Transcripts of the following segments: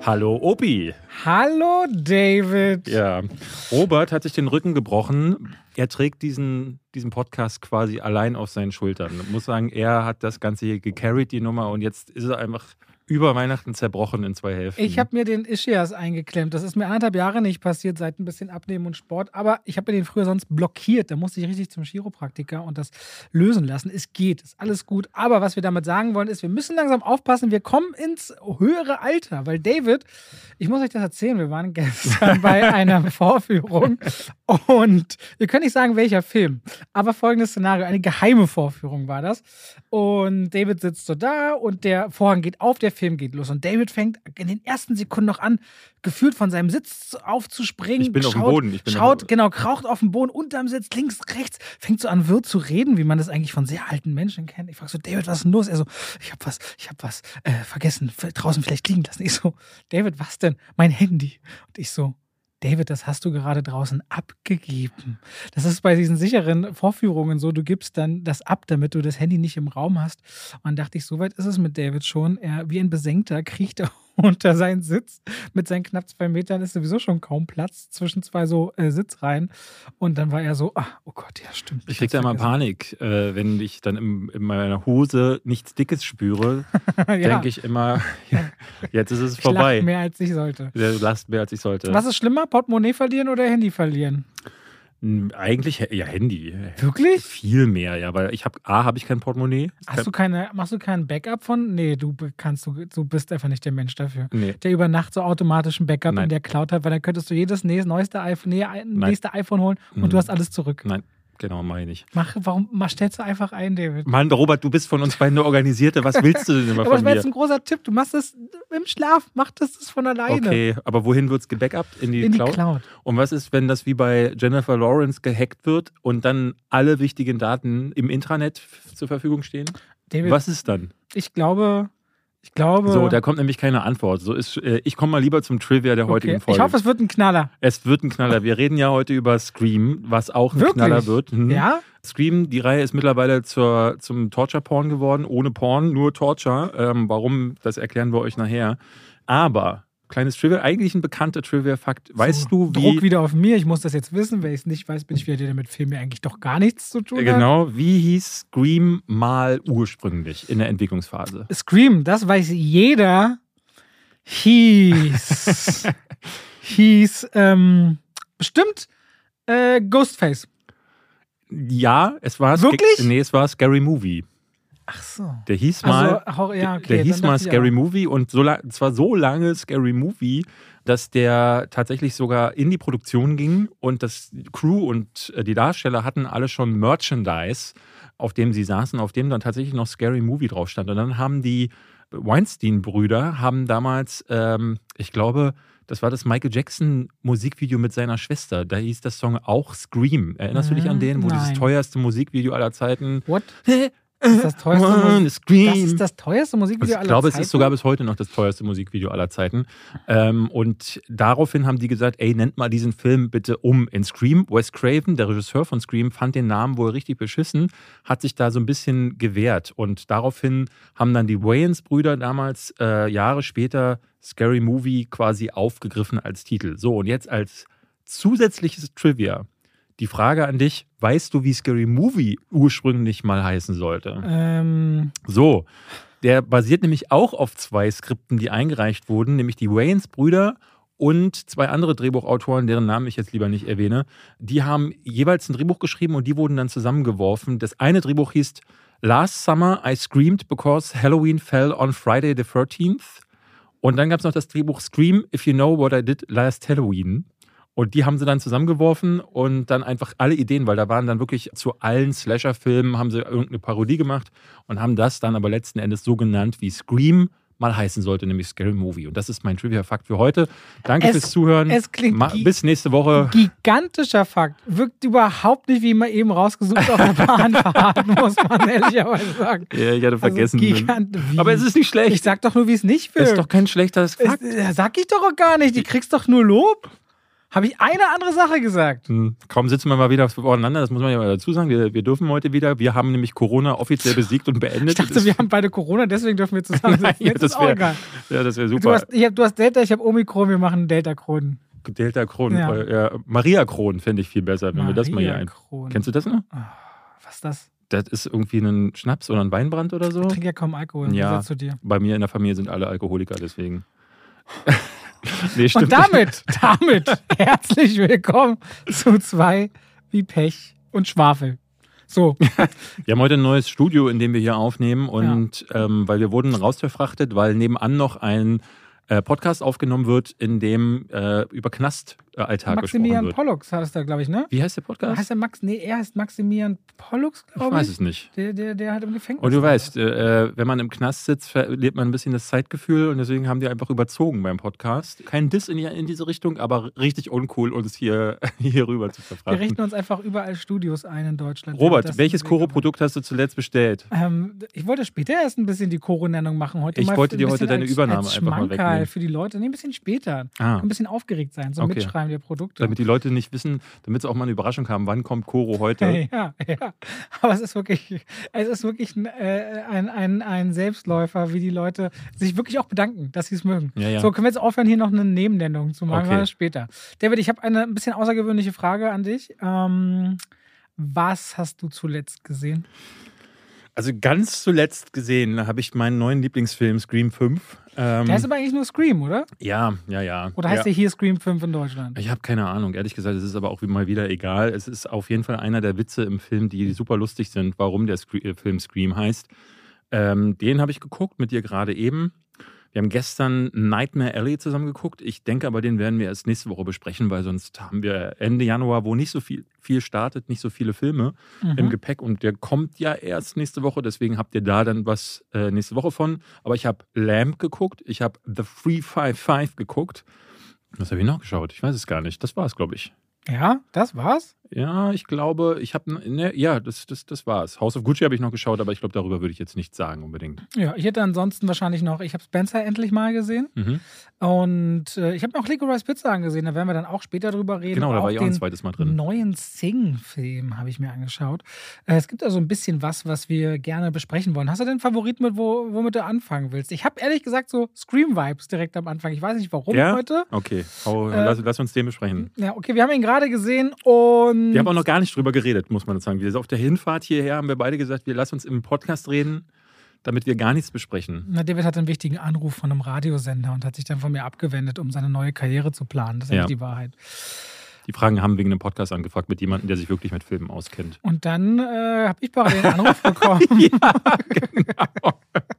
Hallo Opi. Hallo David. Ja, Robert hat sich den Rücken gebrochen. Er trägt diesen Podcast quasi allein auf seinen Schultern. Ich muss sagen, er hat das Ganze hier gecarried, die Nummer. Und jetzt ist er einfach über Weihnachten zerbrochen in 2 Hälften. Ich habe mir den Ischias eingeklemmt. Das ist mir 1,5 Jahre nicht passiert, seit ein bisschen Abnehmen und Sport. Aber ich habe mir den früher sonst blockiert. Da musste ich richtig zum Chiropraktiker und das lösen lassen. Es geht, ist alles gut. Aber was wir damit sagen wollen, ist, wir müssen langsam aufpassen. Wir kommen ins höhere Alter. Weil David, ich muss euch das erzählen, wir waren gestern bei einer Vorführung und wir können nicht sagen, welcher Film. Aber folgendes Szenario, eine geheime Vorführung war das. Und David sitzt so da und der Vorhang geht auf, der Film geht los. Und David fängt in den ersten Sekunden noch an, gefühlt von seinem Sitz aufzuspringen. Ich bin auf dem Boden. Kraucht auf dem Boden, unterm Sitz, links, rechts, fängt so an, wirr zu reden, wie man das eigentlich von sehr alten Menschen kennt. Ich frage so, David, was ist denn los? Er so, ich hab was vergessen, draußen vielleicht liegen lassen. Ich so, David, was denn? Mein Handy. Und ich so, David, das hast du gerade draußen abgegeben. Das ist bei diesen sicheren Vorführungen so, du gibst dann das ab, damit du das Handy nicht im Raum hast. Und dann dachte ich, so weit ist es mit David schon. Er, wie ein Besenkter, kriecht er unter seinen Sitz. Mit seinen knapp 2 Metern ist sowieso schon kaum Platz zwischen 2 so Sitzreihen. Und dann war er so, oh Gott, ja stimmt. Ich krieg da immer Panik, wenn ich dann in meiner Hose nichts Dickes spüre, ja. denke ich immer, jetzt ist es vorbei. Ich lach mehr als ich sollte. Du lachst mehr als ich sollte. Was ist schlimmer, Portemonnaie verlieren oder Handy verlieren? Eigentlich, ja, Handy. Wirklich? Viel mehr, ja, weil habe ich kein Portemonnaie. Machst du keinen Backup von? Nee, du bist einfach nicht der Mensch dafür. Nee. Der über Nacht so automatischen Backup Nein. in der Cloud hat, weil dann könntest du jedes nächste iPhone holen und du hast alles zurück. Nein, genau, meine ich. Warum stellst du einfach ein, David? Mann, Robert, du bist von uns beiden der Organisierte. Was willst du denn immer Aber von das wäre mir? jetzt ein großer Tipp. Du machst das im Schlaf, mach das von alleine. Okay, aber wohin wird es gebackupt? In die Cloud? Und was ist, wenn das wie bei Jennifer Lawrence gehackt wird und dann alle wichtigen Daten im Intranet zur Verfügung stehen? David, Was ist dann? Ich glaube. So, da kommt nämlich keine Antwort. Ich komme mal lieber zum Trivia der heutigen Folge. Ich hoffe, es wird ein Knaller. Es wird ein Knaller. Wir reden ja heute über Scream, was auch ein Wirklich? Knaller wird. Ja? Scream, die Reihe ist mittlerweile zum Torture-Porn geworden. Ohne Porn, nur Torture. Warum, das erklären wir euch nachher. Aber, kleines Trivia, eigentlich ein bekannter Trivia-Fakt. Weißt du, wie... Druck wieder auf mir, ich muss das jetzt wissen. Wenn ich es nicht weiß, bin ich wieder der, der mit Filmen eigentlich doch gar nichts zu tun hat. Genau, wie hieß Scream mal ursprünglich in der Entwicklungsphase? Scream, das weiß jeder, hieß bestimmt Ghostface. Ja, es war... Wirklich? Es war Scary Movie. Ach so. Der hieß mal, der hieß mal Scary Movie und zwar so lange Scary Movie, dass der tatsächlich sogar in die Produktion ging und das Crew und die Darsteller hatten alle schon Merchandise, auf dem sie saßen, auf dem dann tatsächlich noch Scary Movie drauf stand. Und dann haben die Weinstein-Brüder damals, ich glaube, das war das Michael Jackson Musikvideo mit seiner Schwester. Da hieß das Song auch Scream. Erinnerst du dich an den, wo dieses teuerste Musikvideo aller Zeiten... What? Das ist das teuerste Musikvideo aller Zeiten? Ich glaube, es ist sogar bis heute noch das teuerste Musikvideo aller Zeiten. Und daraufhin haben die gesagt, ey, nennt mal diesen Film bitte um in Scream. Wes Craven, der Regisseur von Scream, fand den Namen wohl richtig beschissen, hat sich da so ein bisschen gewehrt. Und daraufhin haben dann die Wayans-Brüder damals Jahre später Scary Movie quasi aufgegriffen als Titel. So, und jetzt als zusätzliches Trivia die Frage an dich, weißt du, wie Scary Movie ursprünglich mal heißen sollte? So, der basiert nämlich auch auf 2 Skripten, die eingereicht wurden, nämlich die Wayans-Brüder und 2 andere Drehbuchautoren, deren Namen ich jetzt lieber nicht erwähne. Die haben jeweils ein Drehbuch geschrieben und die wurden dann zusammengeworfen. Das eine Drehbuch hieß Last Summer I Screamed Because Halloween Fell on Friday the 13th. Und dann gab es noch das Drehbuch Scream If You Know What I Did Last Halloween. Und die haben sie dann zusammengeworfen und dann einfach alle Ideen, weil da waren dann wirklich zu allen Slasher-Filmen, haben sie irgendeine Parodie gemacht und haben das dann aber letzten Endes so genannt, wie Scream mal heißen sollte, nämlich Scary Movie. Und das ist mein Trivia-Fakt für heute. Danke fürs Zuhören. Es klingt bis nächste Woche. Gigantischer Fakt. Wirkt überhaupt nicht, wie man eben rausgesucht auf der Bahnfahrt, muss man ehrlicherweise sagen. Ja, ich hatte vergessen. Aber es ist nicht schlecht. Ich sag doch nur, wie es nicht wirkt. Es ist doch kein schlechter Fakt. Sag ich doch auch gar nicht. Die kriegst doch nur Lob. Habe ich eine andere Sache gesagt? Kaum sitzen wir mal wieder voneinander, das muss man ja mal dazu sagen. Wir dürfen heute wieder. Wir haben nämlich Corona offiziell besiegt und beendet. Ich dachte, wir haben beide Corona, deswegen dürfen wir zusammen sitzen. Ja, das wäre super. Du hast Delta, ich habe Omikron, wir machen Delta-Kron. Delta-Kron. Ja. Maria-Kron fände ich viel besser, wenn wir das mal hier ein. Kennst du das noch? Oh, was ist das? Das ist irgendwie ein Schnaps oder ein Weinbrand oder so. Ich trinke ja kaum Alkohol. Ja, zu dir? Bei mir in der Familie sind alle Alkoholiker, deswegen. Nee, stimmt. Und damit herzlich willkommen zu 2 wie Pech und Schwafel. So. Wir haben heute ein neues Studio, in dem wir hier aufnehmen und weil wir wurden rausverfrachtet, weil nebenan noch ein Podcast aufgenommen wird, in dem über Knastalltag gesprochen wird. Maximilian Pollux heißt er, glaube ich, ne? Wie heißt der Podcast? Heißt er er heißt Maximilian Pollux, glaube ich. Ich weiß es nicht. Der hat im Gefängnis. Und du weißt, wenn man im Knast sitzt, verliert man ein bisschen das Zeitgefühl und deswegen haben die einfach überzogen beim Podcast. Kein Diss in diese Richtung, aber richtig uncool, uns hier rüber zu verfrachten. Wir richten uns einfach überall Studios ein in Deutschland. Robert, welches Koro-Produkt hast du zuletzt bestellt? Ich wollte später erst ein bisschen die Koro-Nennung machen. Ich wollte dir heute deine Übernahme einfach mal wegnehmen. Für die Leute, ein bisschen später. Ein bisschen aufgeregt sein, so Mitschreiben der Produkte. Damit die Leute nicht wissen, damit sie auch mal eine Überraschung haben, wann kommt Koro heute. Ja. Aber es ist wirklich ein Selbstläufer, wie die Leute sich wirklich auch bedanken, dass sie es mögen. Ja. So, können wir jetzt aufhören, hier noch eine Nebennennung zu machen, oder später. David, ich habe eine ein bisschen außergewöhnliche Frage an dich. Was hast du zuletzt gesehen? Also ganz zuletzt gesehen habe ich meinen neuen Lieblingsfilm Scream 5. Der heißt aber eigentlich nur Scream, oder? Ja. Oder heißt der hier Scream 5 in Deutschland? Ich habe keine Ahnung. Ehrlich gesagt, es ist aber auch mal wieder egal. Es ist auf jeden Fall einer der Witze im Film, die super lustig sind, warum der Film Scream heißt. Den habe ich geguckt mit dir gerade eben. Wir haben gestern Nightmare Alley zusammen geguckt. Ich denke aber, den werden wir erst nächste Woche besprechen, weil sonst haben wir Ende Januar, wo nicht so viel startet, nicht so viele Filme im Gepäck. Und der kommt ja erst nächste Woche, deswegen habt ihr da dann was nächste Woche von. Aber ich habe Lamp geguckt, ich habe The 355 geguckt. Was habe ich noch geschaut? Ich weiß es gar nicht. Das war es, glaube ich. Ja, das war's? Ja, ich glaube, das war's. House of Gucci habe ich noch geschaut, aber ich glaube, darüber würde ich jetzt nichts sagen unbedingt. Ja, ich hätte ansonsten wahrscheinlich noch, ich habe Spencer endlich mal gesehen und ich habe mir auch Licorice Pizza angesehen, da werden wir dann auch später drüber reden. Genau, da war ich auch ein zweites Mal drin. Den neuen Sing-Film habe ich mir angeschaut. Es gibt also ein bisschen was wir gerne besprechen wollen. Hast du denn einen Favoriten, womit du anfangen willst? Ich habe ehrlich gesagt so Scream-Vibes direkt am Anfang. Ich weiß nicht, warum heute. Okay, lass uns den besprechen. Ja, okay, wir haben ihn gerade gesehen und wir haben auch noch gar nicht drüber geredet, muss man sagen. Auf der Hinfahrt hierher haben wir beide gesagt, wir lassen uns im Podcast reden, damit wir gar nichts besprechen. Na, David hat einen wichtigen Anruf von einem Radiosender und hat sich dann von mir abgewendet, um seine neue Karriere zu planen. Das ist eigentlich die Wahrheit. Die Fragen haben wegen einem Podcast angefragt mit jemandem, der sich wirklich mit Filmen auskennt. Und dann habe ich parallel einen Anruf bekommen. Ja, genau.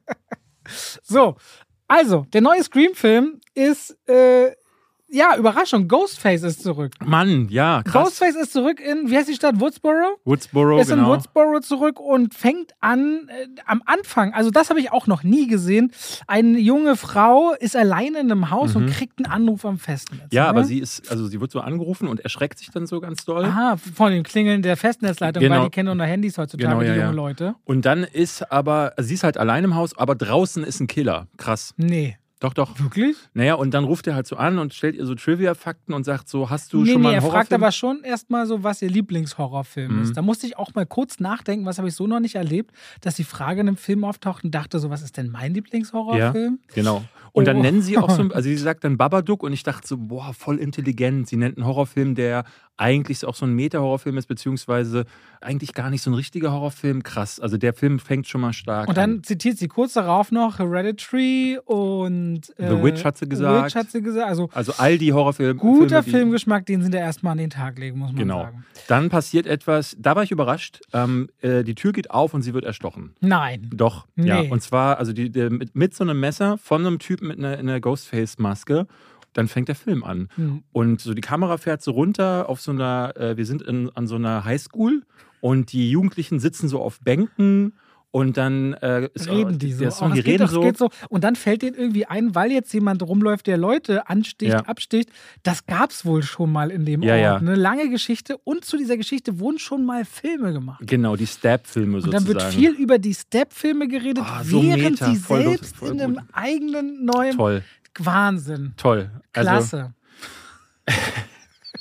So, also, der neue Scream-Film ist... Überraschung, Ghostface ist zurück. Mann, ja, krass. Ghostface ist zurück in, wie heißt die Stadt? Woodsboro? Woodsboro, ist in Woodsboro zurück und fängt an, am Anfang, also das habe ich auch noch nie gesehen, eine junge Frau ist alleine in einem Haus und kriegt einen Anruf am Festnetz. Ja, aber sie wird so angerufen und erschreckt sich dann so ganz doll. Aha, von dem Klingeln der Festnetzleitung, weil die kennen nur noch Handys heutzutage, die jungen Leute. Und dann sie ist halt allein im Haus, aber draußen ist ein Killer. Krass. Nee. Doch. Wirklich? Naja, und dann ruft er halt so an und stellt ihr so Trivia-Fakten und sagt so, hast du schon mal einen Horrorfilm? Er fragt aber schon erstmal so, was ihr Lieblingshorrorfilm ist. Da musste ich auch mal kurz nachdenken, was habe ich so noch nicht erlebt, dass die Frage in einem Film auftaucht und dachte so, was ist denn mein Lieblingshorrorfilm? Ja, genau. Und dann nennen sie auch so, also sie sagt dann Babadook und ich dachte so, boah, voll intelligent. Sie nennt einen Horrorfilm, der eigentlich auch so ein Meta-Horrorfilm ist, beziehungsweise eigentlich gar nicht so ein richtiger Horrorfilm. Krass, also der Film fängt schon mal stark an. Und dann zitiert sie kurz darauf noch Hereditary und The Witch hat sie gesagt. Also all die Horrorfilme. Guter Filmgeschmack, den sie da erstmal an den Tag legen, muss man sagen. Genau. Dann passiert etwas, da war ich überrascht. Die Tür geht auf und sie wird erstochen. Nein. Doch, nee. Ja. Und zwar also mit so einem Messer von einem Typen mit einer Ghostface-Maske. Dann fängt der Film an. Und so die Kamera fährt so runter auf so einer, wir sind an so einer Highschool und die Jugendlichen sitzen so auf Bänken und dann reden die so. Der Song, die reden so. Und dann fällt denen irgendwie ein, weil jetzt jemand rumläuft, der Leute ansticht, absticht. Das gab es wohl schon mal in dem Ort. Ja. Eine lange Geschichte und zu dieser Geschichte wurden schon mal Filme gemacht. Genau, die Stab-Filme sozusagen. Und dann wird viel über die Stab-Filme geredet, so während Meta. sie Voll selbst voll in einem eigenen neuen... Toll. Wahnsinn. Toll. Klasse.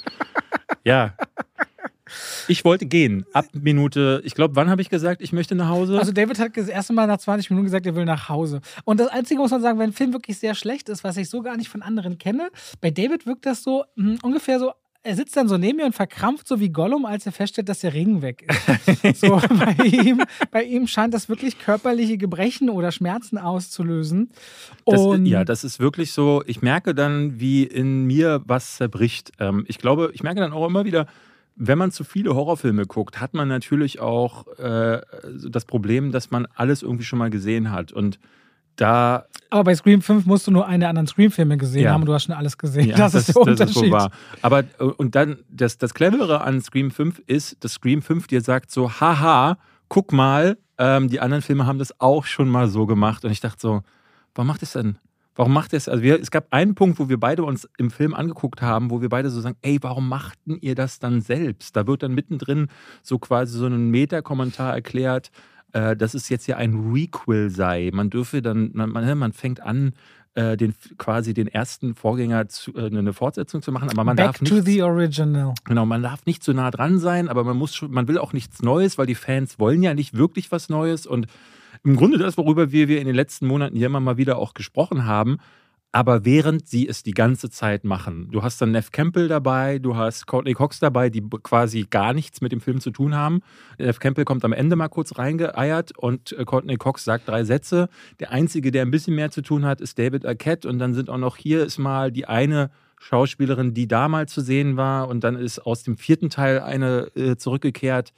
Ja. Ich wollte gehen. Ab Minute, ich glaube, wann habe ich gesagt, ich möchte nach Hause? Also David hat das erste Mal nach 20 Minuten gesagt, er will nach Hause. Und das Einzige, muss man sagen, wenn ein Film wirklich sehr schlecht ist, was ich so gar nicht von anderen kenne, bei David wirkt das so ungefähr so, er sitzt dann so neben mir und verkrampft so wie Gollum, als er feststellt, dass der Ring weg ist. So, bei ihm scheint das wirklich körperliche Gebrechen oder Schmerzen auszulösen. Das ist wirklich so, ich merke dann, wie in mir was zerbricht. Ich merke dann auch immer wieder, wenn man zu viele Horrorfilme guckt, hat man natürlich auch das Problem, dass man alles irgendwie schon mal gesehen hat. Und da. Aber bei Scream 5 musst du nur eine der anderen Scream-Filme gesehen haben und du hast schon alles gesehen. Ja, das ist der Unterschied. Das ist wohl wahr. Aber und dann, das Clevere an Scream 5 ist, dass Scream 5 dir sagt so, haha, guck mal, die anderen Filme haben das auch schon mal so gemacht. Und ich dachte so, warum macht es denn? Warum macht es? Also es gab einen Punkt, wo wir beide uns im Film angeguckt haben, wo wir beide so sagen, ey, warum machten ihr das dann selbst? Da wird dann mittendrin so quasi so ein Meta-Kommentar erklärt, dass es jetzt ja ein Requel sei. Man dürfe dann, man fängt an, quasi den ersten Vorgänger eine Fortsetzung zu machen, aber man darf nicht. Back to the original. Genau, man darf nicht zu nah dran sein, aber man will auch nichts Neues, weil die Fans wollen ja nicht wirklich was Neues. Und im Grunde das, worüber wir in den letzten Monaten hier immer mal wieder auch gesprochen haben, aber während sie es die ganze Zeit machen. Du hast dann Neve Campbell dabei, du hast Courtney Cox dabei, die quasi gar nichts mit dem Film zu tun haben. Neve Campbell kommt am Ende mal kurz reingeeiert und Courtney Cox sagt 3 Sätze. Der Einzige, der ein bisschen mehr zu tun hat, ist David Arquette. Und dann sind auch noch hier ist mal die eine Schauspielerin, die da mal zu sehen war. Und dann ist aus dem 4. Teil eine zurückgekehrt.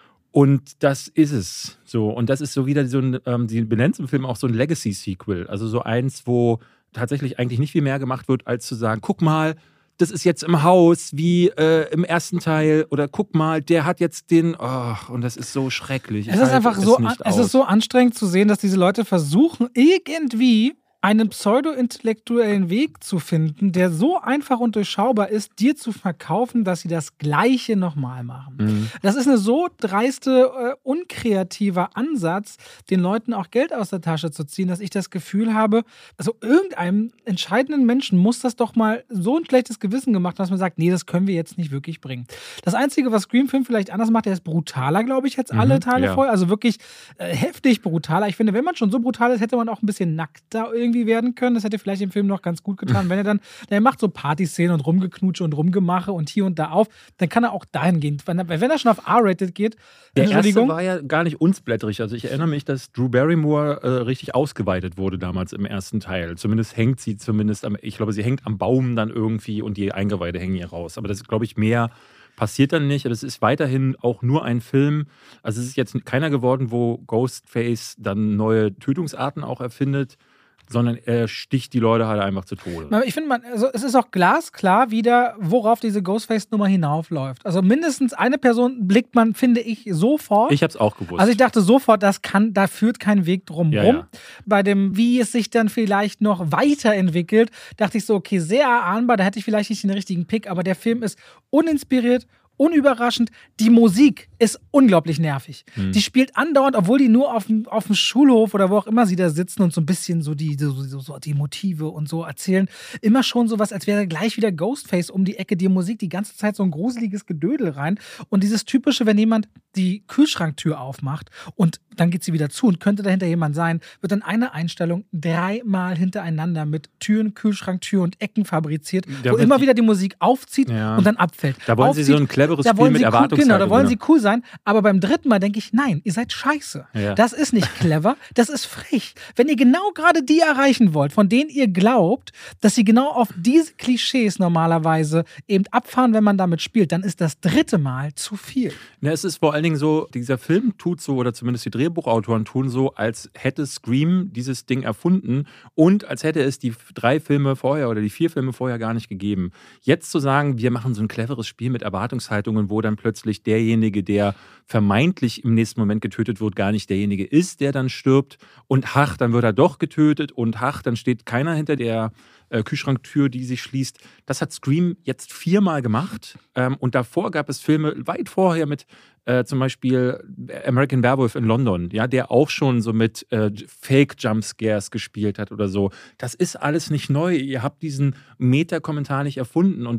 Und das ist es. So. Und das ist so wieder so ein, sie benennt im Film auch so ein Legacy-Sequel. Also so eins, wo tatsächlich eigentlich nicht viel mehr gemacht wird, als zu sagen, guck mal, das ist jetzt im Haus wie im 1. Teil oder guck mal, der hat jetzt und das ist so schrecklich. Es ist einfach so, es ist so anstrengend zu sehen, dass diese Leute versuchen, irgendwie einen pseudo-intellektuellen Weg zu finden, der so einfach und durchschaubar ist, dir zu verkaufen, dass sie das Gleiche nochmal machen. Mhm. Das ist eine so dreiste, unkreativer Ansatz, den Leuten auch Geld aus der Tasche zu ziehen, dass ich das Gefühl habe, also irgendeinem entscheidenden Menschen muss das doch mal so ein schlechtes Gewissen gemacht haben, dass man sagt, nee, das können wir jetzt nicht wirklich bringen. Das Einzige, was Scream 5 vielleicht anders macht, der ist brutaler, glaube ich, jetzt alle Teile vorher. Also wirklich heftig brutaler. Ich finde, wenn man schon so brutal ist, hätte man auch ein bisschen nackter irgendwie werden können. Das hätte vielleicht im Film noch ganz gut getan. Wenn er macht so Partyszenen und Rumgeknutsche und Rumgemache und hier und da auf, dann kann er auch dahin gehen. Wenn er schon auf R-Rated geht, der erste war ja gar nicht unsplatterig. Also ich erinnere mich, dass Drew Barrymore richtig ausgeweitet wurde damals im 1. Teil. Zumindest hängt sie ich glaube, sie hängt am Baum dann irgendwie und die Eingeweide hängen hier raus. Aber das ist, glaube ich, mehr passiert dann nicht, aber es ist weiterhin auch nur ein Film. Also es ist jetzt keiner geworden, wo Ghostface dann neue Tötungsarten auch erfindet, sondern er sticht die Leute halt einfach zu Tode. Ich finde, es ist auch glasklar wieder, worauf diese Ghostface-Nummer hinaufläuft. Also mindestens eine Person blickt man, finde ich, sofort. Ich habe es auch gewusst. Also ich dachte sofort, da führt kein Weg drum rum. Ja. Bei dem, wie es sich dann vielleicht noch weiterentwickelt, dachte ich so, okay, sehr erahnbar, da hätte ich vielleicht nicht den richtigen Pick, aber der Film ist uninspiriert, unüberraschend. Die Musik ist unglaublich nervig. Die spielt andauernd, obwohl die nur auf dem Schulhof oder wo auch immer sie da sitzen und so ein bisschen so die Motive und so erzählen. Immer schon sowas, als wäre gleich wieder Ghostface um die Ecke. Die Musik die ganze Zeit so ein gruseliges Gedödel rein. Und dieses typische, wenn jemand die Kühlschranktür aufmacht und dann geht sie wieder zu und könnte dahinter jemand sein, wird dann eine Einstellung 3-mal hintereinander mit Türen, Kühlschranktür und Ecken fabriziert, wo immer wieder die Musik aufzieht und dann abfällt. Da wollen sie so ein cleveres Spiel mit Erwartungshaltung. Genau, da wollen sie cool sein, aber beim 3. Mal denke ich, nein, ihr seid scheiße. Ja. Das ist nicht clever, das ist frech. Wenn ihr genau gerade die erreichen wollt, von denen ihr glaubt, dass sie genau auf diese Klischees normalerweise eben abfahren, wenn man damit spielt, dann ist das 3. Mal zu viel. Ja, es ist vor allen Dingen so, dieser Film tut so, oder zumindest die Drehbuchautoren tun so, als hätte Scream dieses Ding erfunden und als hätte es die 3 Filme vorher oder die 4 Filme vorher gar nicht gegeben. Jetzt zu sagen, wir machen so ein cleveres Spiel mit Erwartungshaltungen, wo dann plötzlich derjenige, der vermeintlich im nächsten Moment getötet wird, gar nicht derjenige ist, der dann stirbt und dann wird er doch getötet und dann steht keiner hinter der Kühlschranktür, die sich schließt. Das hat Scream jetzt 4-mal gemacht und davor gab es Filme weit vorher mit zum Beispiel American Werewolf in London, ja, der auch schon so mit Fake-Jumpscares gespielt hat oder so. Das ist alles nicht neu. Ihr habt diesen Meta-Kommentar nicht erfunden und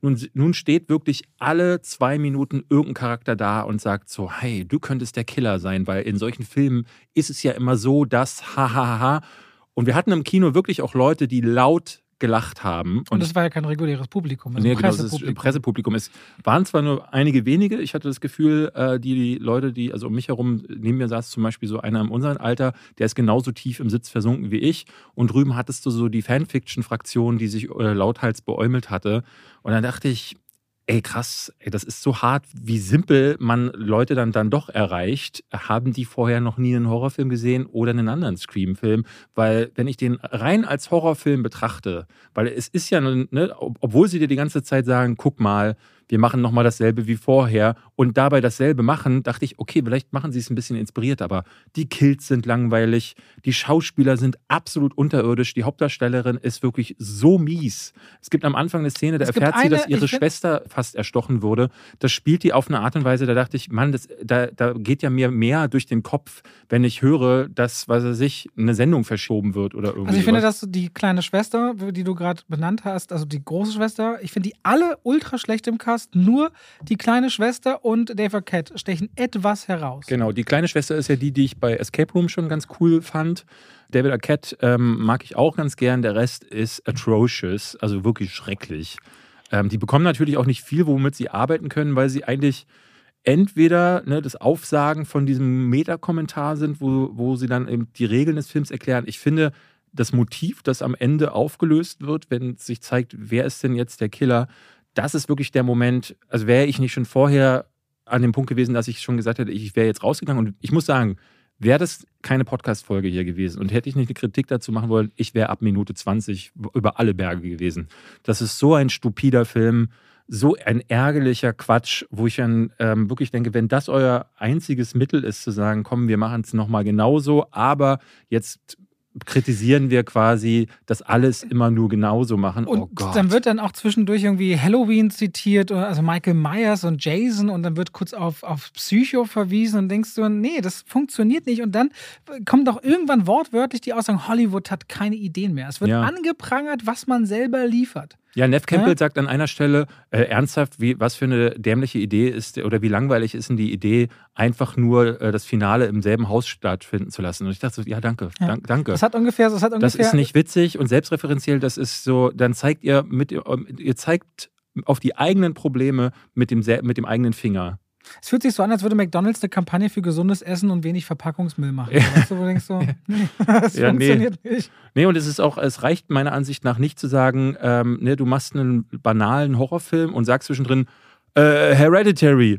Nun steht wirklich alle 2 Minuten irgendein Charakter da und sagt so, hey, du könntest der Killer sein, weil in solchen Filmen ist es ja immer so, dass hahaha. Und wir hatten im Kino wirklich auch Leute, die laut gelacht haben. Und das war ja kein reguläres Publikum, nee, genau, das ist Pressepublikum. Es waren zwar nur einige wenige, ich hatte das Gefühl, die Leute, die also um mich herum, neben mir saß zum Beispiel so einer in unserem Alter, der ist genauso tief im Sitz versunken wie ich und drüben hattest du so die Fanfiction-Fraktion, die sich lauthals beäumelt hatte und dann dachte ich, ey krass, ey, das ist so hart, wie simpel man Leute dann doch erreicht. Haben die vorher noch nie einen Horrorfilm gesehen oder einen anderen Scream-Film? Weil wenn ich den rein als Horrorfilm betrachte, weil es ist ja, ne, obwohl sie dir die ganze Zeit sagen, guck mal, wir machen nochmal dasselbe wie vorher und dabei dasselbe machen, dachte ich, okay, vielleicht machen sie es ein bisschen inspiriert, aber die Kills sind langweilig, die Schauspieler sind absolut unterirdisch, die Hauptdarstellerin ist wirklich so mies. Es gibt am Anfang eine Szene, da erfährt sie, dass ihre Schwester fast erstochen wurde. Das spielt die auf eine Art und Weise, da dachte ich, Mann, da geht ja mir mehr durch den Kopf, wenn ich höre, dass, was weiß ich, eine Sendung verschoben wird oder irgendwie. Also ich finde, dass die kleine Schwester, die du gerade benannt hast, also die große Schwester, ich finde die alle ultra schlecht im Cast. Nur die kleine Schwester und Dave Arquette stechen etwas heraus. Genau, die kleine Schwester ist ja die ich bei Escape Room schon ganz cool fand. David Arquette mag ich auch ganz gern. Der Rest ist atrocious, also wirklich schrecklich. Die bekommen natürlich auch nicht viel, womit sie arbeiten können, weil sie eigentlich entweder das Aufsagen von diesem Meta-Kommentar sind, wo sie dann eben die Regeln des Films erklären. Ich finde, das Motiv, das am Ende aufgelöst wird, wenn sich zeigt, wer ist denn jetzt der Killer, das ist wirklich der Moment, also wäre ich nicht schon vorher an dem Punkt gewesen, dass ich schon gesagt hätte, ich wäre jetzt rausgegangen. Und ich muss sagen, wäre das keine Podcast-Folge hier gewesen und hätte ich nicht eine Kritik dazu machen wollen, ich wäre ab Minute 20 über alle Berge gewesen. Das ist so ein stupider Film, so ein ärgerlicher Quatsch, wo ich dann wirklich denke, wenn das euer einziges Mittel ist, zu sagen, komm, wir machen es nochmal genauso, aber jetzt kritisieren wir quasi, dass alles immer nur genauso machen. Und oh Gott. Dann wird dann auch zwischendurch irgendwie Halloween zitiert, also Michael Myers und Jason und dann wird kurz auf Psycho verwiesen und denkst du, nee, das funktioniert nicht. Und dann kommt doch irgendwann wortwörtlich die Aussage, Hollywood hat keine Ideen mehr. Es wird angeprangert, was man selber liefert. Ja, Neve Campbell sagt an einer Stelle, ernsthaft, was für eine dämliche Idee ist, oder wie langweilig ist denn die Idee, einfach nur das Finale im selben Haus stattfinden zu lassen. Und ich dachte so, ja, danke. Das hat ungefähr. Das ist nicht witzig und selbstreferenziell, das ist so, dann zeigt ihr zeigt auf die eigenen Probleme mit dem eigenen Finger. Es fühlt sich so an, als würde McDonald's eine Kampagne für gesundes Essen und wenig Verpackungsmüll machen. Weißt du, wo du denkst so, nee, das funktioniert nicht. Nee, und es reicht meiner Ansicht nach nicht zu sagen, du machst einen banalen Horrorfilm und sagst zwischendrin, Hereditary,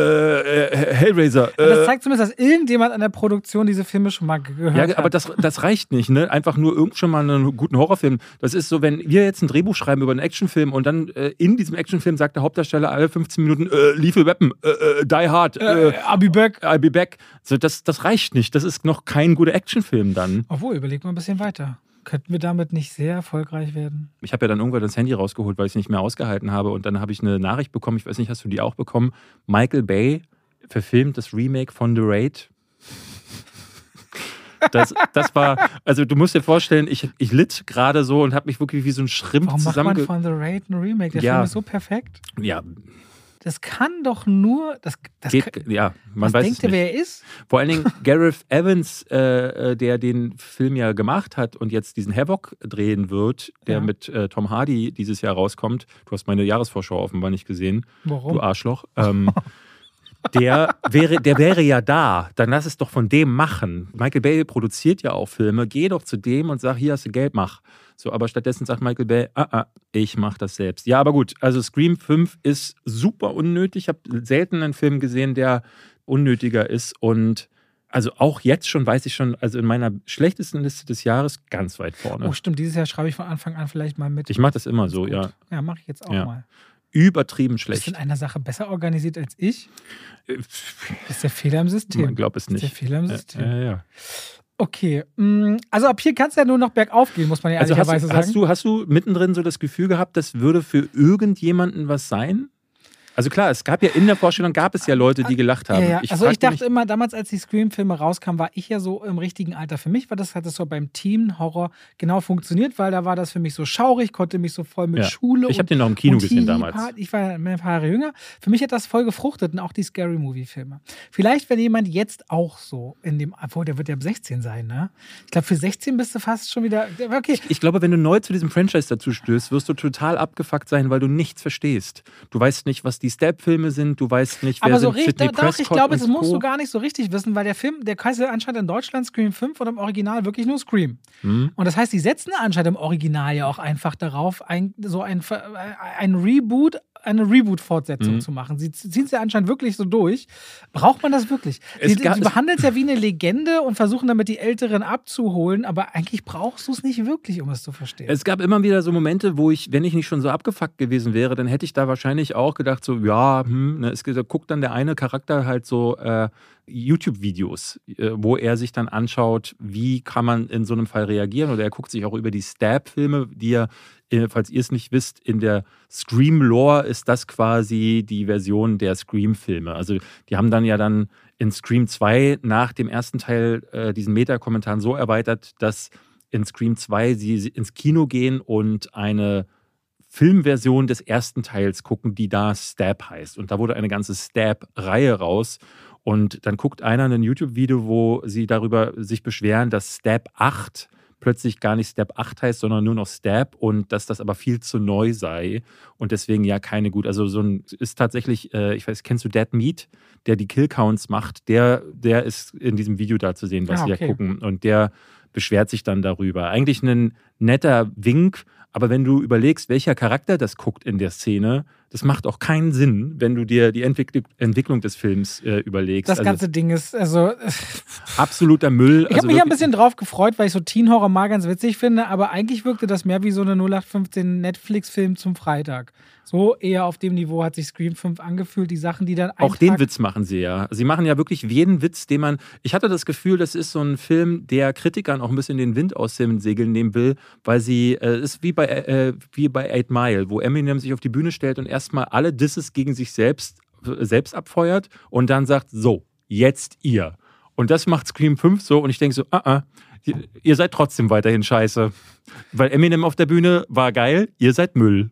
Hellraiser. Das zeigt zumindest, dass irgendjemand an der Produktion diese Filme schon mal gehört hat. Ja, aber das reicht nicht, ne? Einfach nur schon mal einen guten Horrorfilm. Das ist so, wenn wir jetzt ein Drehbuch schreiben über einen Actionfilm und dann in diesem Actionfilm sagt der Hauptdarsteller alle 15 Minuten Lethal Weapon, Die Hard, I'll be back. So, das reicht nicht. Das ist noch kein guter Actionfilm dann. Obwohl, überleg mal ein bisschen weiter. Könnten wir damit nicht sehr erfolgreich werden? Ich habe ja dann irgendwann das Handy rausgeholt, weil ich es nicht mehr ausgehalten habe. Und dann habe ich eine Nachricht bekommen, ich weiß nicht, hast du die auch bekommen? Michael Bay verfilmt das Remake von The Raid. Das war, also du musst dir vorstellen, ich litt gerade so und habe mich wirklich wie so ein Schrimp zusammen... Warum macht man von The Raid ein Remake? Der Film ist so perfekt. Ja. Das kann doch nur... Man weiß denkt ihr, wer er ist? Vor allen Dingen Gareth Evans, der den Film ja gemacht hat und jetzt diesen Havoc drehen wird, der mit Tom Hardy dieses Jahr rauskommt. Du hast meine Jahresvorschau offenbar nicht gesehen. Warum? Du Arschloch. Der wäre ja da. Dann lass es doch von dem machen. Michael Bay produziert ja auch Filme. Geh doch zu dem und sag, hier hast du Geld, mach. So, aber stattdessen sagt Michael Bay, ich mach das selbst. Ja, aber gut, also Scream 5 ist super unnötig. Ich habe selten einen Film gesehen, der unnötiger ist. Und also auch jetzt schon, weiß ich schon, also in meiner schlechtesten Liste des Jahres ganz weit vorne. Oh, stimmt, dieses Jahr schreibe ich von Anfang an vielleicht mal mit. Ich mache das immer so, ja. Ja, mache ich jetzt auch mal. Übertrieben schlecht. Bist du in einer Sache besser organisiert als ich? Ist der Fehler im System? Man glaubt es nicht. Ist der Fehler im System? Ja. Okay, also ab hier kann es ja nur noch bergauf gehen, muss man ja ehrlicherweise sagen. Hast du mittendrin so das Gefühl gehabt, das würde für irgendjemanden was sein? Also klar, es gab ja in der Vorstellung, gab es ja Leute, die gelacht haben. Ja. Also ich dachte immer, damals, als die Scream-Filme rauskamen, war ich ja so im richtigen Alter. Für mich hat das so beim Teen-Horror genau funktioniert, weil da war das für mich so schaurig, konnte mich so voll mit Schule Ich habe den noch im Kino gesehen damals. Ich war ein paar Jahre jünger. Für mich hat das voll gefruchtet und auch die Scary-Movie-Filme. Vielleicht, wenn jemand jetzt auch so in dem, obwohl der wird ja ab 16 sein, ne? Ich glaube, für 16 bist du fast schon wieder, okay. Ich glaube, wenn du neu zu diesem Franchise dazu stößt, wirst du total abgefuckt sein, weil du nichts verstehst. Du weißt nicht, was die Stab-Filme sind, du weißt nicht, wer sind Sidney Prescott. Ich glaube, das musst du gar nicht so richtig wissen, weil der Film, der heißt ja anscheinend in Deutschland Scream 5 und im Original wirklich nur Scream. Und das heißt, die setzen anscheinend im Original ja auch einfach darauf, ein Reboot, eine Reboot-Fortsetzung zu machen. Sie ziehen es ja anscheinend wirklich so durch. Braucht man das wirklich? Sie behandeln es ja wie eine Legende und versuchen damit die Älteren abzuholen, aber eigentlich brauchst du es nicht wirklich, um es zu verstehen. Es gab immer wieder so Momente, wo ich, wenn ich nicht schon so abgefuckt gewesen wäre, dann hätte ich da wahrscheinlich auch gedacht, so, ja, guckt dann der eine Charakter halt so YouTube-Videos, wo er sich dann anschaut, wie kann man in so einem Fall reagieren, oder er guckt sich auch über die Stab-Filme, die er, falls ihr es nicht wisst, in der Scream-Lore ist das quasi die Version der Scream-Filme. Also die haben dann ja dann in Scream 2 nach dem ersten Teil diesen Meta-Kommentaren so erweitert, dass in Scream 2 sie ins Kino gehen und eine Filmversion des ersten Teils gucken, die da Stab heißt. Und da wurde eine ganze Stab-Reihe raus. Und dann guckt einer ein YouTube-Video, wo sie darüber sich beschweren, dass Stab 8 plötzlich gar nicht Stab 8 heißt, sondern nur noch Stab, und dass das aber viel zu neu sei und deswegen ja keine gut. Also so ein ist tatsächlich, ich weiß, kennst du Dead Meat, der die Killcounts macht? Der ist in diesem Video da zu sehen, was sie ja gucken, und der beschwert sich dann darüber. Eigentlich ein netter Wink, aber wenn du überlegst, welcher Charakter das guckt in der Szene, das macht auch keinen Sinn, wenn du dir die Entwicklung des Films überlegst. Das ganze Ding ist absoluter Müll. Ich habe mich ja ein bisschen drauf gefreut, weil ich so Teen-Horror mal ganz witzig finde, aber eigentlich wirkte das mehr wie so eine 0815 Netflix-Film zum Freitag. So eher auf dem Niveau hat sich Scream 5 angefühlt, die Sachen, die dann auch den Witz machen sie ja. Sie machen ja wirklich jeden Witz, den man... Ich hatte das Gefühl, das ist so ein Film, der Kritikern auch ein bisschen den Wind aus den Segeln nehmen will, weil sie... ist wie bei 8 Mile, wo Eminem sich auf die Bühne stellt und erstmal alle Disses gegen sich selbst abfeuert und dann sagt, so, jetzt ihr. Und das macht Scream 5 so, und ich denke so, ihr seid trotzdem weiterhin scheiße. Weil Eminem auf der Bühne war geil, ihr seid Müll.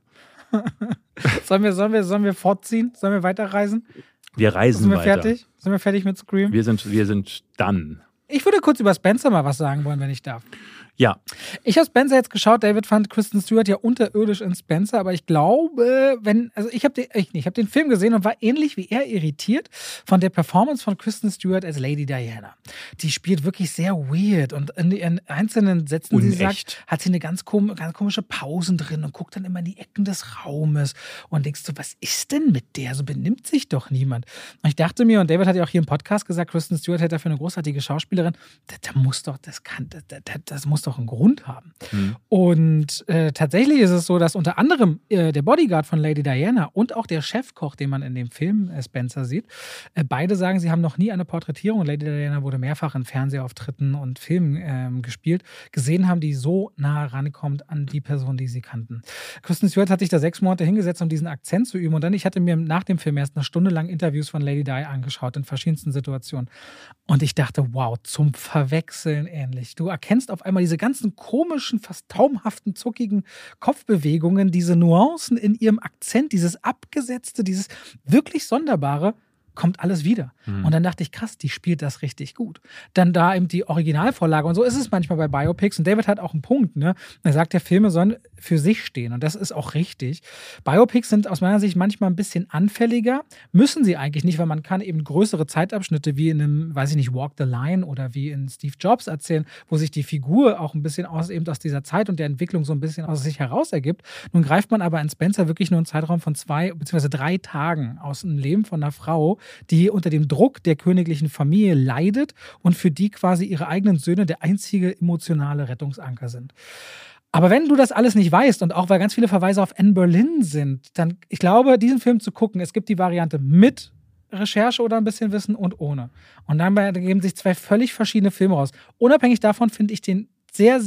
Sollen wir fortziehen? Sollen wir weiterreisen? Wir reisen weiter. Fertig? Sind wir fertig mit Scream? Wir sind done. Ich würde kurz über Spencer mal was sagen wollen, wenn ich darf. Ja. Ich habe Spencer jetzt geschaut. David fand Kristen Stewart ja unterirdisch in Spencer, aber ich glaube, ich habe den Film gesehen und war ähnlich wie er irritiert von der Performance von Kristen Stewart als Lady Diana. Die spielt wirklich sehr weird und in ihren einzelnen Sätzen, die sie sagt, hat sie eine ganz komische Pausen drin und guckt dann immer in die Ecken des Raumes und denkst so, was ist denn mit der? So benimmt sich doch niemand. Und ich dachte mir, und David hat ja auch hier im Podcast gesagt, Kristen Stewart hält dafür eine großartige Schauspielerin. Das muss doch einen Grund haben. Und tatsächlich ist es so, dass unter anderem der Bodyguard von Lady Diana und auch der Chefkoch, den man in dem Film Spencer sieht, beide sagen, sie haben noch nie eine Porträtierung. Lady Diana wurde mehrfach in Fernsehauftritten und Filmen gespielt, gesehen haben, die so nah rankommt an die Person, die sie kannten. Kristen Stewart hat sich da 6 Monate hingesetzt, um diesen Akzent zu üben, und dann, ich hatte mir nach dem Film erst eine Stunde lang Interviews von Lady Di angeschaut in verschiedensten Situationen, und ich dachte, wow, zum Verwechseln ähnlich. Du erkennst auf einmal diese ganzen komischen, fast taumhaften, zuckigen Kopfbewegungen, diese Nuancen in ihrem Akzent, dieses Abgesetzte, dieses wirklich Sonderbare, kommt alles wieder. Und dann dachte ich, krass, die spielt das richtig gut. Dann da eben die Originalvorlage, und so ist es manchmal bei Biopics, und David hat auch einen Punkt, ne? Er sagt, der Filme sollen für sich stehen, und das ist auch richtig. Biopics sind aus meiner Sicht manchmal ein bisschen anfälliger, müssen sie eigentlich nicht, weil man kann eben größere Zeitabschnitte wie in einem, weiß ich nicht, Walk the Line oder wie in Steve Jobs erzählen, wo sich die Figur auch ein bisschen aus dieser Zeit und der Entwicklung so ein bisschen aus sich heraus ergibt. Nun greift man aber in Spencer wirklich nur einen Zeitraum von 2 bzw. 3 Tagen aus dem Leben von einer Frau, die unter dem Druck der königlichen Familie leidet und für die quasi ihre eigenen Söhne der einzige emotionale Rettungsanker sind. Aber wenn du das alles nicht weißt, und auch weil ganz viele Verweise auf Anne Boleyn sind, dann, ich glaube, diesen Film zu gucken, es gibt die Variante mit Recherche oder ein bisschen Wissen und ohne. Und dann geben sich 2 völlig verschiedene Filme raus. Unabhängig davon finde ich den sehr, sehr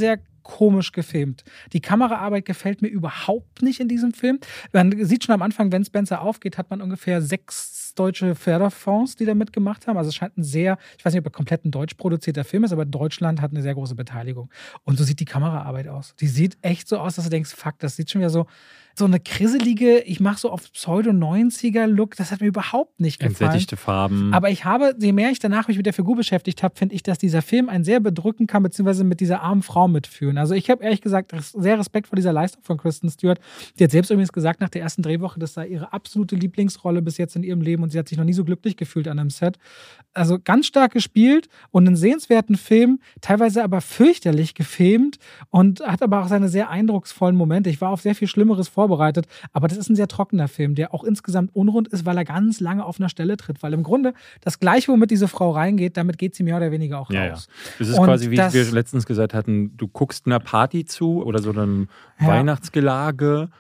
komisch gefilmt. Die Kameraarbeit gefällt mir überhaupt nicht in diesem Film. Man sieht schon am Anfang, wenn Spencer aufgeht, hat man ungefähr 6 deutsche Förderfonds, die da mitgemacht haben. Also es scheint ich weiß nicht, ob er komplett ein deutsch produzierter Film ist, aber Deutschland hat eine sehr große Beteiligung. Und so sieht die Kameraarbeit aus. Die sieht echt so aus, dass du denkst, fuck, das sieht schon wieder so eine krisselige, ich mache so auf Pseudo-90er-Look, das hat mir überhaupt nicht gefallen. Entsättigte Farben. Aber je mehr ich danach mich mit der Figur beschäftigt habe, finde ich, dass dieser Film einen sehr bedrücken kann, beziehungsweise mit dieser armen Frau mitführen. Also ich habe ehrlich gesagt sehr Respekt vor dieser Leistung von Kristen Stewart. Die hat selbst übrigens gesagt, nach der ersten Drehwoche, das sei ihre absolute Lieblingsrolle bis jetzt in ihrem Leben und sie hat sich noch nie so glücklich gefühlt an einem Set. Also ganz stark gespielt und einen sehenswerten Film, teilweise aber fürchterlich gefilmt und hat aber auch seine sehr eindrucksvollen Momente. Ich war auf sehr viel Schlimmeres vorbereitet, aber das ist ein sehr trockener Film, der auch insgesamt unrund ist, weil er ganz lange auf einer Stelle tritt, weil im Grunde das Gleiche, womit diese Frau reingeht, damit geht sie mehr oder weniger auch raus. Ja. Das ist quasi, wie wir letztens gesagt hatten, du guckst einer Party zu oder so einem Weihnachtsgelage,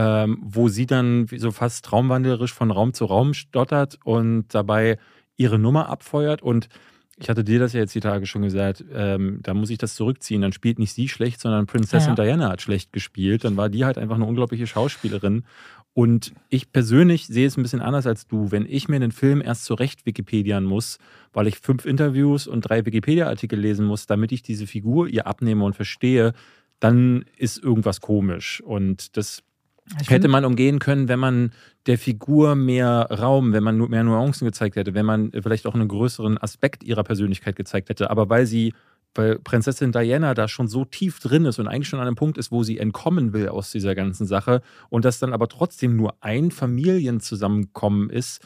wo sie dann so fast traumwandlerisch von Raum zu Raum stottert und dabei ihre Nummer abfeuert. Und ich hatte dir das ja jetzt die Tage schon gesagt, da muss ich das zurückziehen. Dann spielt nicht sie schlecht, sondern Prinzessin Diana hat schlecht gespielt. Dann war die halt einfach eine unglaubliche Schauspielerin. Und ich persönlich sehe es ein bisschen anders als du. Wenn ich mir einen Film erst zurecht Wikipedian muss, weil ich 5 Interviews und 3 Wikipedia-Artikel lesen muss, damit ich diese Figur ihr abnehme und verstehe, dann ist irgendwas komisch. Und das hätte man umgehen können, wenn man der Figur mehr Raum, wenn man mehr Nuancen gezeigt hätte, wenn man vielleicht auch einen größeren Aspekt ihrer Persönlichkeit gezeigt hätte. Aber weil Prinzessin Diana da schon so tief drin ist und eigentlich schon an einem Punkt ist, wo sie entkommen will aus dieser ganzen Sache und das dann aber trotzdem nur ein Familienzusammenkommen ist,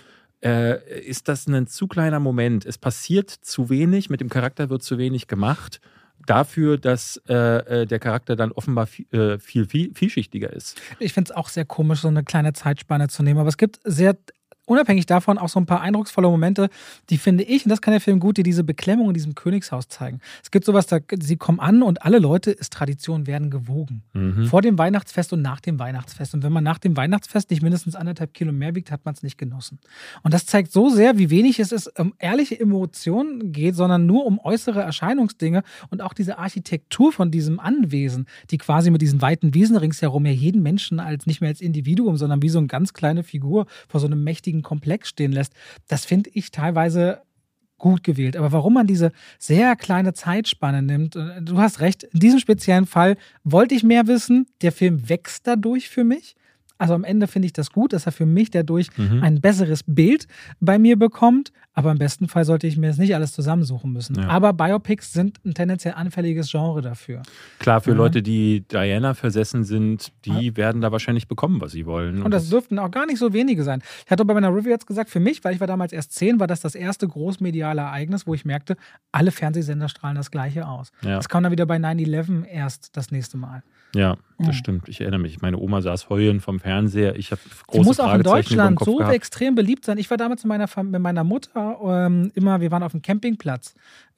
ist das ein zu kleiner Moment. Es passiert zu wenig, mit dem Charakter wird zu wenig gemacht. Dafür, dass der Charakter dann offenbar viel vielschichtiger ist. Ich finde es auch sehr komisch, so eine kleine Zeitspanne zu nehmen. Aber es gibt unabhängig davon auch so ein paar eindrucksvolle Momente, die finde ich, und das kann der Film gut, die diese Beklemmung in diesem Königshaus zeigen. Es gibt sowas, sie kommen an und alle Leute, ist Tradition, werden gewogen. Vor dem Weihnachtsfest und nach dem Weihnachtsfest. Und wenn man nach dem Weihnachtsfest nicht mindestens 1,5 Kilo mehr wiegt, hat man es nicht genossen. Und das zeigt so sehr, wie wenig es um ehrliche Emotionen geht, sondern nur um äußere Erscheinungsdinge und auch diese Architektur von diesem Anwesen, die quasi mit diesen weiten Wiesen ringsherum ja jeden Menschen nicht mehr als Individuum, sondern wie so eine ganz kleine Figur vor so einem mächtigen Komplex stehen lässt, das finde ich teilweise gut gewählt. Aber warum man diese sehr kleine Zeitspanne nimmt, du hast recht, in diesem speziellen Fall wollte ich mehr wissen, der Film wächst dadurch für mich. Also am Ende finde ich das gut, dass er für mich dadurch ein besseres Bild bei mir bekommt. Aber im besten Fall sollte ich mir das nicht alles zusammensuchen müssen. Ja. Aber Biopics sind ein tendenziell anfälliges Genre dafür. Klar, für Leute, die Diana versessen sind, die werden da wahrscheinlich bekommen, was sie wollen. Und das dürften auch gar nicht so wenige sein. Ich hatte bei meiner Review jetzt gesagt, für mich, weil ich war damals erst 10, war das erste großmediale Ereignis, wo ich merkte, alle Fernsehsender strahlen das Gleiche aus. Ja. Das kam dann wieder bei 9/11 erst das nächste Mal. Ja, das stimmt. Ich erinnere mich. Meine Oma saß heulend vom Fernseher. Ich habe große Sie muss auch in Deutschland so gehabt. Extrem beliebt sein. Ich war damals mit meiner Mutter wir waren auf dem Campingplatz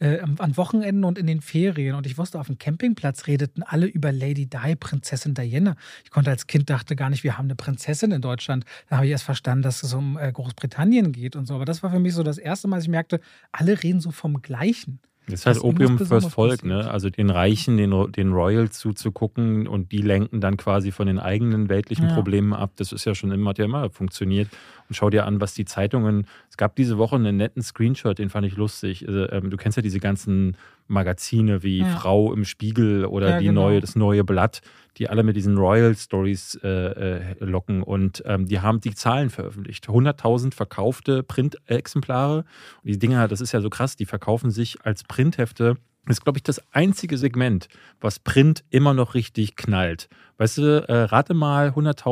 an Wochenenden und in den Ferien. Und ich wusste, auf dem Campingplatz redeten alle über Lady Di, Prinzessin Diana. Ich konnte als Kind, dachte gar nicht, wir haben eine Prinzessin in Deutschland. Da habe ich erst verstanden, dass es um Großbritannien geht und so. Aber das war für mich so das erste Mal, dass ich merkte, alle reden so vom Gleichen. Das ist halt Opium fürs Volk, ne? Also den Reichen, den Royals zuzugucken und die lenken dann quasi von den eigenen weltlichen Problemen ab. Das ist ja schon hat ja immer funktioniert. Und schau dir an, was die Zeitungen. Es gab diese Woche einen netten Screenshot, den fand ich lustig. Du kennst ja diese ganzen Magazine wie Frau im Spiegel oder das neue Blatt, die alle mit diesen Royal Stories locken. Und die haben die Zahlen veröffentlicht. 100.000 verkaufte Printexemplare. Und die Dinger, das ist ja so krass, die verkaufen sich als Printhefte. Das ist, glaube ich, das einzige Segment, was Print immer noch richtig knallt. Weißt du, rate mal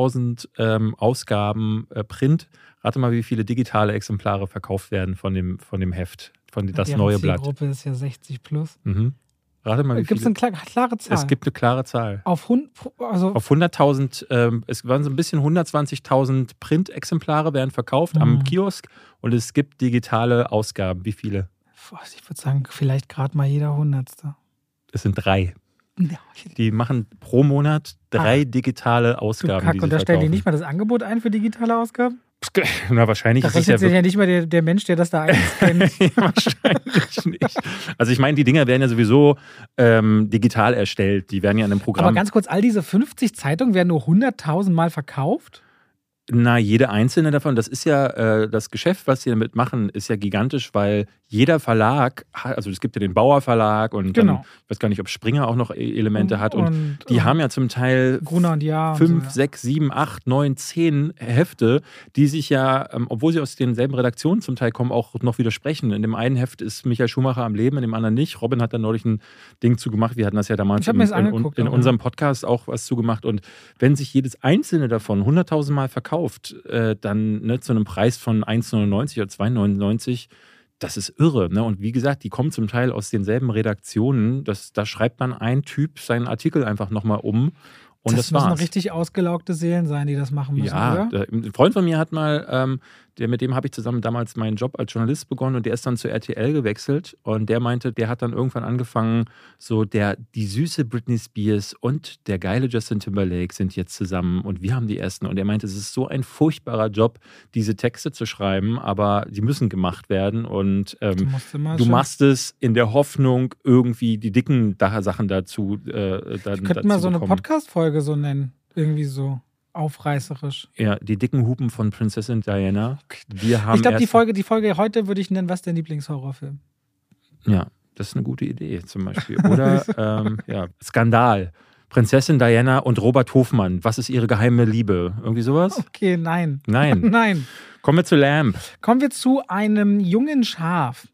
100.000 Ausgaben Print, rate mal, wie viele digitale Exemplare verkauft werden von dem Heft, von das neue Blatt. Die Gruppe ist ja 60 plus. Rate mal, wie Gibt es eine klare Zahl? Es gibt eine klare Zahl. Auf 100.000, es waren so ein bisschen 120.000 Printexemplare werden verkauft am Kiosk und es gibt digitale Ausgaben. Wie viele? Ich würde sagen, vielleicht gerade mal jeder 100. Es sind 3. Ja. Die machen pro Monat 3 digitale Ausgaben. Und da stellen die nicht mal das Angebot ein für digitale Ausgaben? Na, wahrscheinlich Da ist es rechnet ja sich ja nicht mal der Mensch, der das da einscannt. wahrscheinlich nicht. Also ich meine, die Dinger werden ja sowieso digital erstellt. Die werden ja in einem Programm. Aber ganz kurz, all diese 50 Zeitungen werden nur 100.000 Mal verkauft? Na, jede einzelne davon, das ist ja das Geschäft, was sie damit machen, ist ja gigantisch, weil jeder Verlag, also es gibt ja den Bauer Verlag und Genau. dann, ich weiß gar nicht, ob Springer auch noch Elemente hat und die und haben ja zum Teil Gruner und Jahr 5, und so, 6, 7, 8, 9, 10 Hefte, die sich ja, obwohl sie aus denselben Redaktionen zum Teil kommen, auch noch widersprechen. In dem einen Heft ist Michael Schumacher am Leben, in dem anderen nicht. Robin hat da neulich ein Ding zugemacht. Wir hatten das ja damals in unserem Podcast auch was zugemacht. Und wenn sich jedes einzelne davon 100.000 Mal verkauft, dann zu einem Preis von 1,99 oder 2,99, das ist irre. Ne? Und wie gesagt, die kommen zum Teil aus denselben Redaktionen. Da schreibt dann ein Typ seinen Artikel einfach nochmal um. Und das müssen war's. richtig ausgelaugte Seelen sein, die das machen müssen, ja, oder? Ein Freund von mir hat mal, mit dem habe ich zusammen damals meinen Job als Journalist begonnen und der ist dann zu RTL gewechselt und der meinte, der hat dann irgendwann angefangen, so die süße Britney Spears und der geile Justin Timberlake sind jetzt zusammen und wir haben die ersten und er meinte, es ist so ein furchtbarer Job, diese Texte zu schreiben, aber die müssen gemacht werden und du machst es in der Hoffnung, irgendwie die dicken Sachen dazu Ich könnte mal so eine Podcast-Folge so nennen, irgendwie so aufreißerisch. Ja, die dicken Hupen von Prinzessin Diana. Wir haben ich glaube, die Folge heute würde ich nennen, was ist dein Lieblingshorrorfilm? Ja, das ist eine gute Idee zum Beispiel. Oder Skandal. Prinzessin Diana und Robert Hofmann. Was ist ihre geheime Liebe? Irgendwie sowas? Okay, nein. Nein. Nein. Kommen wir zu Lamp. Kommen wir zu einem jungen Schaf.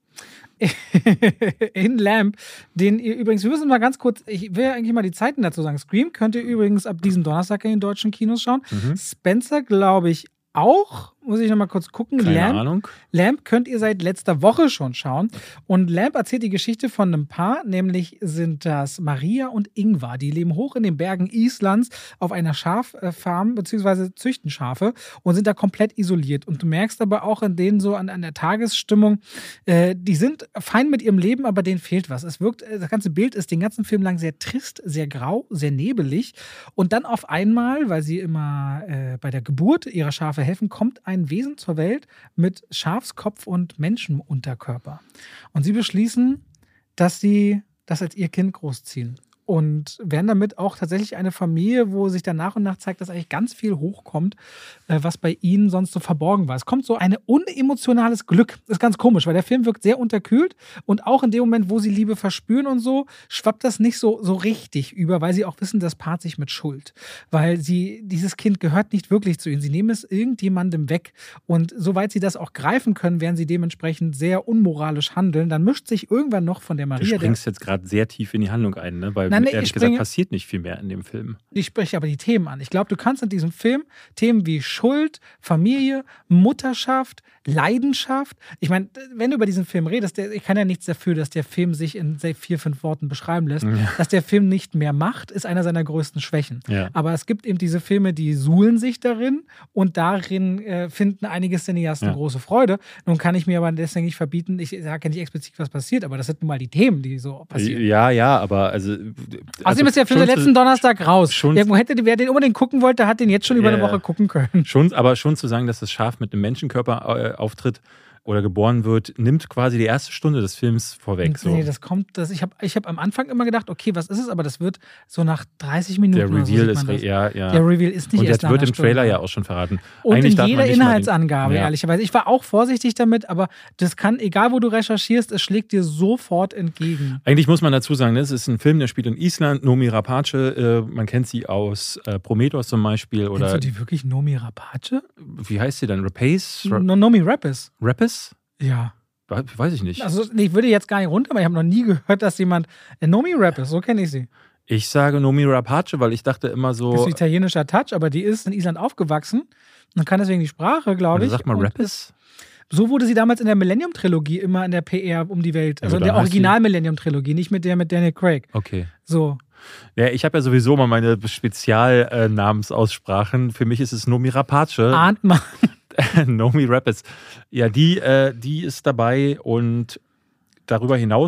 In Lamp, den ihr übrigens, wir müssen mal ganz kurz, ich will eigentlich mal die Zeiten dazu sagen. Scream könnt ihr übrigens ab diesem Donnerstag in den deutschen Kinos schauen. Spencer, glaube ich, auch. Muss ich nochmal kurz gucken. Keine Ahnung. Lamp könnt ihr seit letzter Woche schon schauen. Und Lamp erzählt die Geschichte von einem Paar, nämlich sind das Maria und Ingvar. Die leben hoch in den Bergen Islands auf einer Schaffarm, beziehungsweise züchten Schafe und sind da komplett isoliert. Und du merkst aber auch in denen so an der Tagesstimmung, die sind fein mit ihrem Leben, aber denen fehlt was. Es wirkt, das ganze Bild ist den ganzen Film lang sehr trist, sehr grau, sehr nebelig. Und dann auf einmal, weil sie immer bei der Geburt ihrer Schafe helfen, kommt ein Wesen zur Welt mit Schafskopf und Menschenunterkörper. Und sie beschließen, dass sie das als ihr Kind großziehen. Und werden damit auch tatsächlich eine Familie, wo sich dann nach und nach zeigt, dass eigentlich ganz viel hochkommt, was bei ihnen sonst so verborgen war. Es kommt so ein unemotionales Glück. Das ist ganz komisch, weil der Film wirkt sehr unterkühlt und auch in dem Moment, wo sie Liebe verspüren und so, schwappt das nicht so richtig über, weil sie auch wissen, das paart sich mit Schuld. Weil dieses Kind gehört nicht wirklich zu ihnen. Sie nehmen es irgendjemandem weg. Und soweit sie das auch greifen können, werden sie dementsprechend sehr unmoralisch handeln. Dann mischt sich irgendwann noch von der Maria... Du springst jetzt gerade sehr tief in die Handlung ein, ne? Weil ehrlich gesagt passiert nicht viel mehr in dem Film. Ich spreche aber die Themen an. Ich glaube, du kannst in diesem Film Themen wie Schuld, Familie, Mutterschaft, Leidenschaft. Ich meine, wenn du über diesen Film redest, ich kann ja nichts dafür, dass der Film sich in 4, 5 Worten beschreiben lässt. Ja. Dass der Film nicht mehr macht, ist einer seiner größten Schwächen. Ja. Aber es gibt eben diese Filme, die suhlen sich darin und darin finden einige Cineasten große Freude. Nun kann ich mir aber deswegen nicht verbieten, ich sage ja nicht explizit, was passiert, aber das sind nun mal die Themen, die so passieren. Ja, aber Außerdem ist der Film letzten Donnerstag raus. Irgendwo wer den unbedingt gucken wollte, hat den jetzt schon über eine Woche gucken können. Aber schon zu sagen, dass das Schaf mit einem Menschenkörper auftritt oder geboren wird, nimmt quasi die erste Stunde des Films vorweg. So. Nee, ich hab am Anfang immer gedacht, okay, was ist es? Aber das wird so nach 30 Minuten der Reveal ist Der Reveal ist nicht erst nach einer Stunde. Und der wird im Trailer ja auch schon verraten. Und eigentlich in jeder Inhaltsangabe, ehrlicherweise. Ich war auch vorsichtig damit, aber das kann, egal wo du recherchierst, es schlägt dir sofort entgegen. Eigentlich muss man dazu sagen, das ist ein Film, der spielt in Island. Noomi Rapace, man kennt sie aus Prometheus zum Beispiel. Kennst du die wirklich, Noomi Rapace? Wie heißt sie dann? Rapace? Noomi Rapace. Rapace? Ja. Weiß ich nicht. Also, ich würde jetzt gar nicht runter, aber ich habe noch nie gehört, dass jemand Noomi Rapace, so kenne ich sie. Ich sage Noomi Rapace, weil ich dachte immer so... Das ist ein italienischer Touch, aber die ist in Island aufgewachsen und kann deswegen die Sprache, glaube ich. Sag mal Rapace. So wurde sie damals in der Millennium-Trilogie immer in der PR um die Welt. Also in der Original-Millennium-Trilogie, nicht mit der mit Daniel Craig. Okay. So. Ja, ich habe ja sowieso mal meine Spezialnamensaussprachen. Für mich ist es Noomi Rapace. Ahnt man. Noomi Rapace. Ja, die ist dabei und darüber hinaus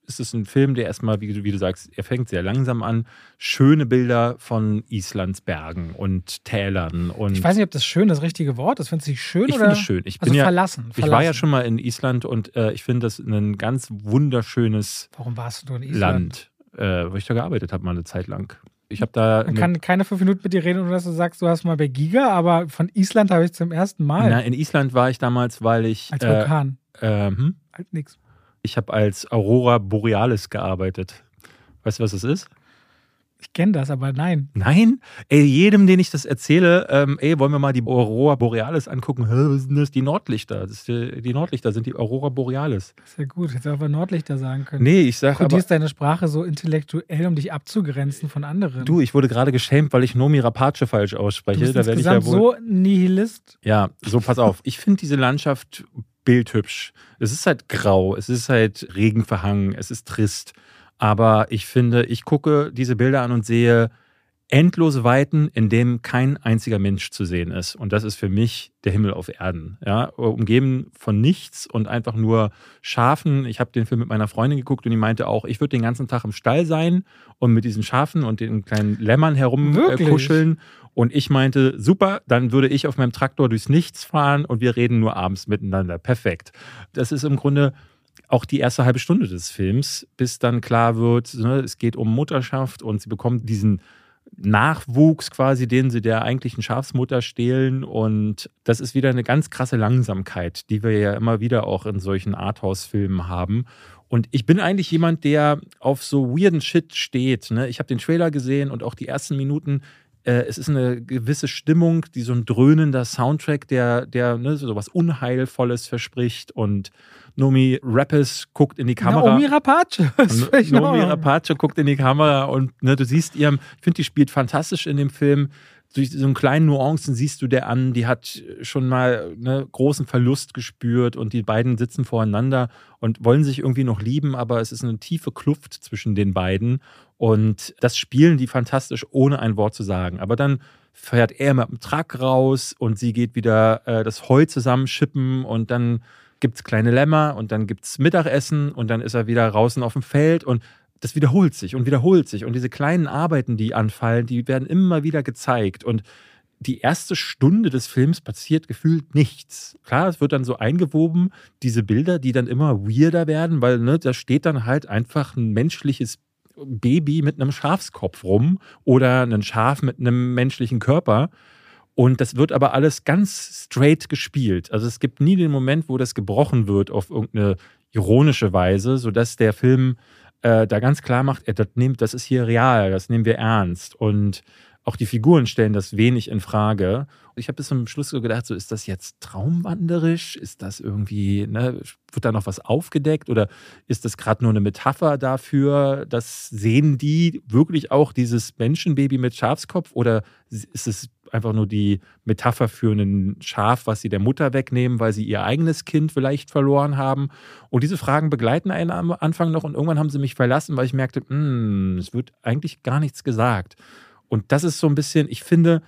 ist es ein Film, der erstmal, wie du sagst, er fängt sehr langsam an. Schöne Bilder von Islands Bergen und Tälern. Und ich weiß nicht, ob das schön das richtige Wort ist. Findest du es schön? Ich finde es schön. Ich verlassen. Ich war ja schon mal in Island und ich finde das ein ganz wunderschönes Warum warst du in Island? Land, wo ich da gearbeitet habe, mal eine Zeit lang. Ich habe da. Man kann keine 5 Minuten mit dir reden, ohne dass du sagst, du hast mal bei Giga, aber von Island habe ich zum ersten Mal. Na, in Island war ich damals, weil ich. Als Vulkan. Halt nix. Ich habe als Aurora Borealis gearbeitet. Weißt du, was das ist? Ich kenne das, aber nein. Nein? Ey, jedem, den ich das erzähle, wollen wir mal die Aurora Borealis angucken? Was sind das? Die Nordlichter. Die Nordlichter sind die Aurora Borealis. Ist ja gut, hätte aber Nordlichter sagen können. Nee, ich sag aber... Du kodierst deine Sprache so intellektuell, um dich abzugrenzen von anderen. Du, ich wurde gerade geschämt, weil ich Nomi Rapace falsch ausspreche. Du bist da werde ich ja wohl so Nihilist. Ja, so pass auf. Ich finde diese Landschaft bildhübsch. Es ist halt grau, es ist halt regenverhangen, es ist trist. Aber ich finde, ich gucke diese Bilder an und sehe endlose Weiten, in denen kein einziger Mensch zu sehen ist. Und das ist für mich der Himmel auf Erden. Ja? Umgeben von nichts und einfach nur Schafen. Ich habe den Film mit meiner Freundin geguckt und die meinte auch, ich würde den ganzen Tag im Stall sein und mit diesen Schafen und den kleinen Lämmern herumkuscheln. Und ich meinte, super, dann würde ich auf meinem Traktor durchs Nichts fahren und wir reden nur abends miteinander. Perfekt. Das ist im Grunde auch die erste halbe Stunde des Films, bis dann klar wird, ne, es geht um Mutterschaft und sie bekommt diesen Nachwuchs quasi, den sie der eigentlichen Schafsmutter stehlen. Und das ist wieder eine ganz krasse Langsamkeit, die wir ja immer wieder auch in solchen Arthouse-Filmen haben. Und ich bin eigentlich jemand, der auf so weirden Shit steht. Ne? Ich habe den Trailer gesehen und auch die ersten Minuten. Es ist eine gewisse Stimmung, die so ein dröhnender Soundtrack, der ne, so was Unheilvolles verspricht. Und Nomi Rapace guckt in die Kamera. Nomi Rapace. Nomi Rapace guckt in die Kamera und ne, du siehst ich finde, die spielt fantastisch in dem Film. Durch so einen kleinen Nuancen siehst du der an, die hat schon mal großen Verlust gespürt und die beiden sitzen voreinander und wollen sich irgendwie noch lieben, aber es ist eine tiefe Kluft zwischen den beiden und das spielen die fantastisch, ohne ein Wort zu sagen. Aber dann fährt er mit dem Truck raus und sie geht wieder das Heu zusammenschippen und dann gibt es kleine Lämmer und dann gibt es Mittagessen und dann ist er wieder draußen auf dem Feld und das wiederholt sich und wiederholt sich. Und diese kleinen Arbeiten, die anfallen, die werden immer wieder gezeigt. Und die erste Stunde des Films passiert gefühlt nichts. Klar, es wird dann so eingewoben, diese Bilder, die dann immer weirder werden, weil da steht dann halt einfach ein menschliches Baby mit einem Schafskopf rum oder ein Schaf mit einem menschlichen Körper. Und das wird aber alles ganz straight gespielt. Also es gibt nie den Moment, wo das gebrochen wird auf irgendeine ironische Weise, sodass der Film da ganz klar macht, das ist hier real, das nehmen wir ernst. Und auch die Figuren stellen das wenig in Frage. Ich habe bis zum Schluss so gedacht, ist das jetzt traumwanderisch? Ist das irgendwie, wird da noch was aufgedeckt? Oder ist das gerade nur eine Metapher dafür? Das sehen die wirklich auch, dieses Menschenbaby mit Schafskopf? Oder ist es einfach nur die Metapher für ein Schaf, was sie der Mutter wegnehmen, weil sie ihr eigenes Kind vielleicht verloren haben? Und diese Fragen begleiten einen am Anfang noch und irgendwann haben sie mich verlassen, weil ich merkte, es wird eigentlich gar nichts gesagt. Und das ist so ein bisschen, ich finde,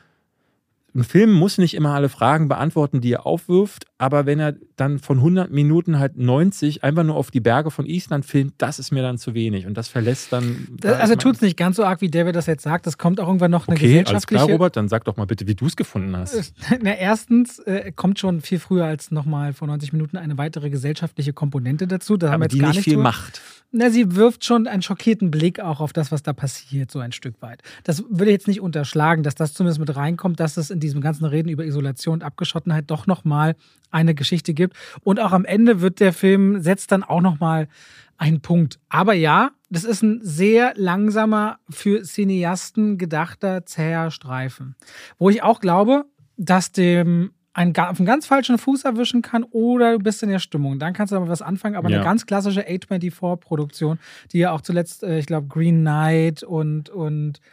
ein Film muss nicht immer alle Fragen beantworten, die er aufwirft, aber wenn er dann von 100 Minuten halt 90 einfach nur auf die Berge von Island filmt, das ist mir dann zu wenig und das verlässt dann... Also tut es nicht ganz so arg, wie David das jetzt sagt, es kommt auch irgendwann noch eine gesellschaftliche... Okay, alles klar, Robert, dann sag doch mal bitte, wie du es gefunden hast. Erstens kommt schon viel früher als nochmal vor 90 Minuten eine weitere gesellschaftliche Komponente dazu. Da haben wir jetzt die gar nicht viel macht. Sie wirft schon einen schockierten Blick auch auf das, was da passiert, so ein Stück weit. Das würde ich jetzt nicht unterschlagen, dass das zumindest mit reinkommt, dass es in diesem ganzen Reden über Isolation und Abgeschottenheit doch nochmal eine Geschichte gibt. Und auch am Ende wird der Film, setzt dann auch nochmal einen Punkt. Aber ja, das ist ein sehr langsamer, für Cineasten gedachter, zäher Streifen. Wo ich auch glaube, dass dem auf einen ganz falschen Fuß erwischen kann oder du bist in der Stimmung. Dann kannst du aber was anfangen. Aber eine ganz klassische A24-Produktion, die ja auch zuletzt, ich glaube, Green Knight und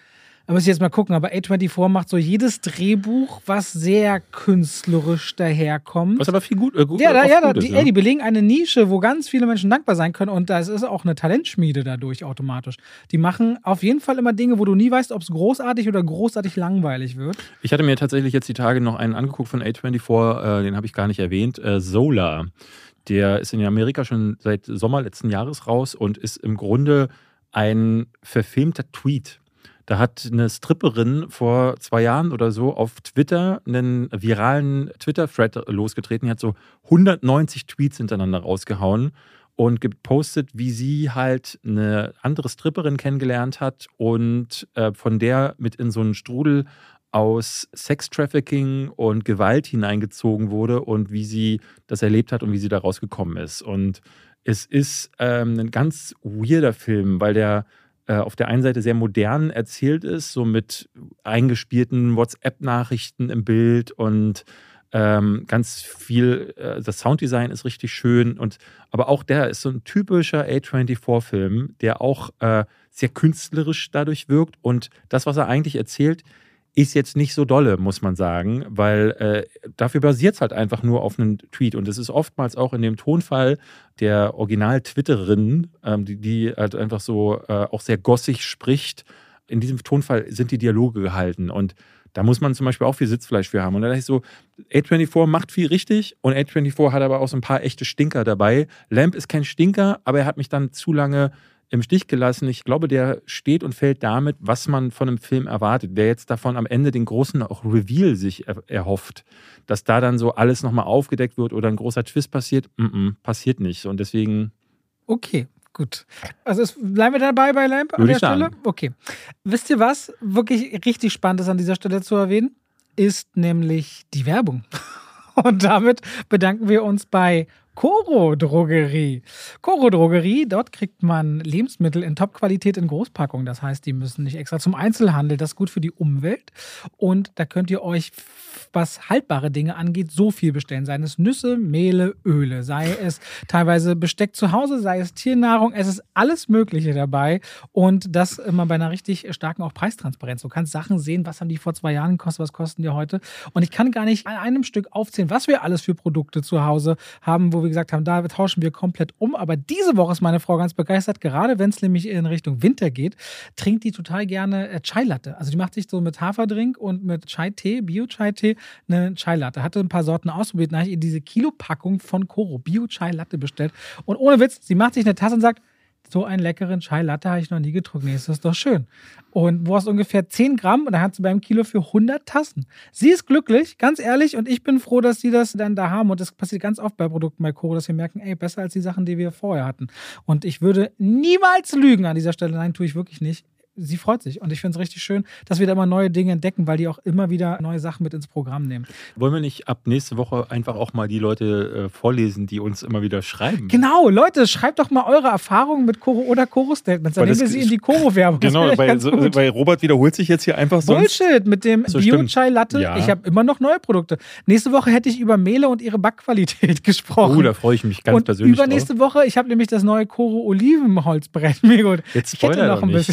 Da muss ich jetzt mal gucken, aber A24 macht so jedes Drehbuch, was sehr künstlerisch daherkommt. Was aber viel gut ist. Die belegen eine Nische, wo ganz viele Menschen dankbar sein können und das ist auch eine Talentschmiede dadurch automatisch. Die machen auf jeden Fall immer Dinge, wo du nie weißt, ob es großartig oder großartig langweilig wird. Ich hatte mir tatsächlich jetzt die Tage noch einen angeguckt von A24, den habe ich gar nicht erwähnt, Solar. Der ist in Amerika schon seit Sommer letzten Jahres raus und ist im Grunde ein verfilmter Tweet. Da hat eine Stripperin vor 2 Jahren oder so auf Twitter einen viralen Twitter-Thread losgetreten. Die hat so 190 Tweets hintereinander rausgehauen und gepostet, wie sie halt eine andere Stripperin kennengelernt hat und von der mit in so einen Strudel aus Sex-Trafficking und Gewalt hineingezogen wurde und wie sie das erlebt hat und wie sie da rausgekommen ist. Und es ist ein ganz weirder Film, weil der auf der einen Seite sehr modern erzählt ist, so mit eingespielten WhatsApp-Nachrichten im Bild und ganz viel, das Sounddesign ist richtig schön aber auch der ist so ein typischer A24-Film, der auch sehr künstlerisch dadurch wirkt und das, was er eigentlich erzählt, ist jetzt nicht so dolle, muss man sagen, weil dafür basiert es halt einfach nur auf einem Tweet. Und es ist oftmals auch in dem Tonfall der Original-Twitterin, die halt einfach so auch sehr gossig spricht. In diesem Tonfall sind die Dialoge gehalten. Und da muss man zum Beispiel auch viel Sitzfleisch für haben. Und da dachte ich so, A24 macht viel richtig und A24 hat aber auch so ein paar echte Stinker dabei. Lamp ist kein Stinker, aber er hat mich dann zu lange im Stich gelassen. Ich glaube, der steht und fällt damit, was man von einem Film erwartet. Wer jetzt davon am Ende den großen auch Reveal sich erhofft, dass da dann so alles nochmal aufgedeckt wird oder ein großer Twist passiert, passiert nicht. Und deswegen... Okay, gut. Also bleiben wir dabei bei Lamp an der Stelle? Okay. Wisst ihr, was wirklich richtig spannend ist an dieser Stelle zu erwähnen? Ist nämlich die Werbung. Und damit bedanken wir uns bei Coro Drogerie. Coro Drogerie, dort kriegt man Lebensmittel in Top-Qualität in Großpackung. Das heißt, die müssen nicht extra zum Einzelhandel. Das ist gut für die Umwelt. Und da könnt ihr euch, was haltbare Dinge angeht, so viel bestellen. Seien es Nüsse, Mehle, Öle, sei es teilweise Besteck zu Hause, sei es Tiernahrung. Es ist alles Mögliche dabei. Und das immer bei einer richtig starken auch Preistransparenz. Du kannst Sachen sehen, was haben die vor 2 Jahren gekostet, was kosten die heute. Und ich kann gar nicht an einem Stück aufzählen, was wir alles für Produkte zu Hause haben, wo wir gesagt haben, da tauschen wir komplett um. Aber diese Woche ist meine Frau ganz begeistert, gerade wenn es nämlich in Richtung Winter geht, trinkt die total gerne Chai-Latte. Also die macht sich so mit Haferdrink und mit Chai-Tee, Bio-Chai-Tee, eine Chai-Latte. Hatte ein paar Sorten ausprobiert, dann habe ich ihr diese Kilopackung von Coro Bio-Chai-Latte bestellt. Und ohne Witz, sie macht sich eine Tasse und sagt, so einen leckeren Chai-Latte habe ich noch nie getrunken. Nee, ist das doch schön. Und du hast ungefähr 10 Gramm und dann hat sie beim Kilo für 100 Tassen. Sie ist glücklich, ganz ehrlich, und ich bin froh, dass sie das dann da haben. Und das passiert ganz oft bei Produkten bei Coro, dass wir merken, ey, besser als die Sachen, die wir vorher hatten. Und ich würde niemals lügen an dieser Stelle. Nein, tue ich wirklich nicht. Sie freut sich und ich finde es richtig schön, dass wir da immer neue Dinge entdecken, weil die auch immer wieder neue Sachen mit ins Programm nehmen. Wollen wir nicht ab nächste Woche einfach auch mal die Leute vorlesen, die uns immer wieder schreiben? Genau, Leute, schreibt doch mal eure Erfahrungen mit Coro oder Coro-Statements. Dann nehmen wir sie in die Coro-Werbung. Genau, weil Robert wiederholt sich jetzt hier einfach so. Bullshit mit dem Bio-Chai-Latte. Ja. Ich habe immer noch neue Produkte. Nächste Woche hätte ich über Mehle und ihre Backqualität gesprochen. Da freue ich mich ganz persönlich übernächste Woche, ich habe nämlich das neue Coro Olivenholzbrett. Mega gut. Jetzt Ich hätte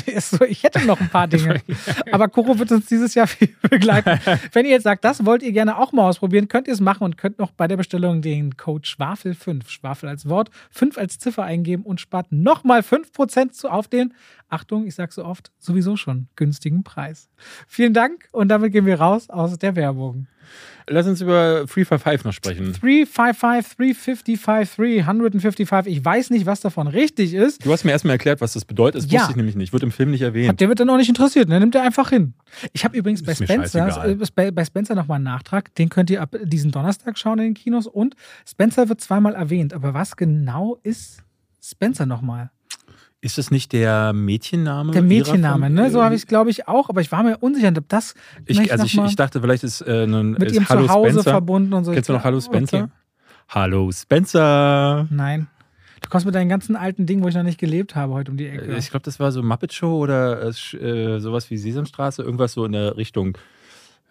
noch ein paar Dinge. Aber Coro wird uns dieses Jahr viel begleiten. Wenn ihr jetzt sagt, das wollt ihr gerne auch mal ausprobieren, könnt ihr es machen und könnt noch bei der Bestellung den Code Schwafel5, Schwafel als Wort, 5 als Ziffer eingeben und spart nochmal 5% auf den, Achtung, ich sage so oft, sowieso schon günstigen Preis. Vielen Dank und damit gehen wir raus aus der Werbung. Lass uns über 355 noch sprechen. 355, 355, 155. Ich weiß nicht, was davon richtig ist. Du hast mir erstmal erklärt, was das bedeutet. Das wusste ich nämlich nicht. Wird im Film nicht erwähnt. Der wird dann auch nicht interessiert. Ne? Nimmt er einfach hin. Ich habe übrigens bei Spencer nochmal einen Nachtrag. Den könnt ihr ab diesen Donnerstag schauen in den Kinos. Und Spencer wird 2-mal erwähnt. Aber was genau ist Spencer nochmal? Ist das nicht der Mädchenname? Der Mädchenname, ne? So habe ich es, glaube ich, auch. Aber ich war mir unsicher, ob das. Ich dachte, vielleicht ist mit ist ihrem Hallo Zuhause Spencer verbunden und so. Kennst du noch Hallo Spencer? Okay. Hallo Spencer! Nein. Du kommst mit deinen ganzen alten Dingen, wo ich noch nicht gelebt habe, heute um die Ecke. Ich glaube, das war so Muppet Show oder sowas wie Sesamstraße, irgendwas so in der Richtung.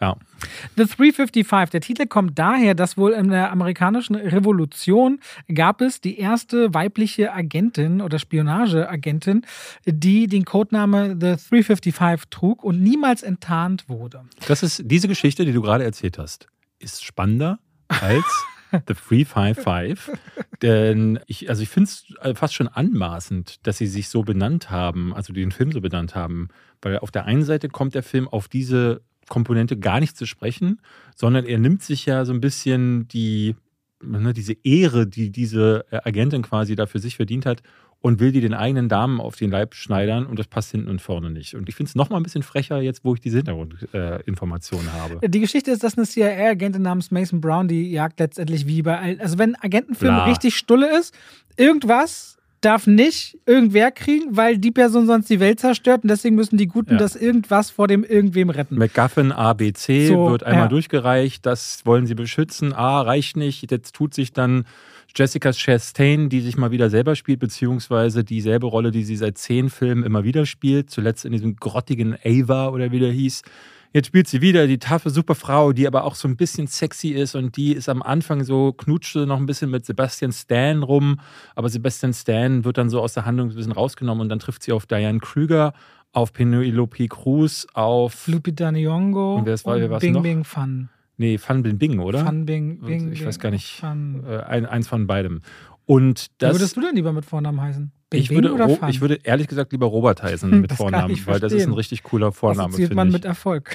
Ja. The 355, der Titel kommt daher, dass wohl in der amerikanischen Revolution gab es die erste weibliche Agentin oder Spionageagentin, die den Codename The 355 trug und niemals enttarnt wurde. Das ist diese Geschichte, die du gerade erzählt hast, ist spannender als The 355. Denn ich finde es fast schon anmaßend, dass sie sich so benannt haben, also den Film so benannt haben. Weil auf der einen Seite kommt der Film auf diese Komponente gar nicht zu sprechen, sondern er nimmt sich ja so ein bisschen diese Ehre, die diese Agentin quasi da für sich verdient hat, und will die den eigenen Damen auf den Leib schneidern, und das passt hinten und vorne nicht. Und ich finde es nochmal ein bisschen frecher jetzt, wo ich diese Hintergrundinformationen habe. Die Geschichte ist, dass eine CIA-Agentin namens Mason Brown die jagt letztendlich wie bei allen. Also wenn ein Agentenfilm richtig Stulle ist, irgendwas darf nicht irgendwer kriegen, weil die Person sonst die Welt zerstört, und deswegen müssen die Guten das irgendwas vor dem irgendwem retten. MacGuffin ABC wird einmal durchgereicht, das wollen sie beschützen. Reicht nicht, jetzt tut sich dann Jessica Chastain, die sich mal wieder selber spielt, beziehungsweise dieselbe Rolle, die sie seit 10 Filmen immer wieder spielt, zuletzt in diesem grottigen Ava oder wie der hieß. Jetzt spielt sie wieder die taffe Superfrau, die aber auch so ein bisschen sexy ist, und die ist am Anfang so, knutschte noch ein bisschen mit Sebastian Stan rum, aber Sebastian Stan wird dann so aus der Handlung ein bisschen rausgenommen, und dann trifft sie auf Diane Kruger, auf Penelope Cruz, auf Lupita Nyong'o und Bing Bing Fan. Nee, Fan Bin Bing, oder? Fan Bing Bing. Ich weiß gar nicht. Eins von beidem. Und das, wie würdest du denn lieber mit Vornamen heißen? Ich würde ehrlich gesagt lieber Robert heißen mit Vornamen, weil das ist ein richtig cooler Vorname. Assoziiert man mit Erfolg.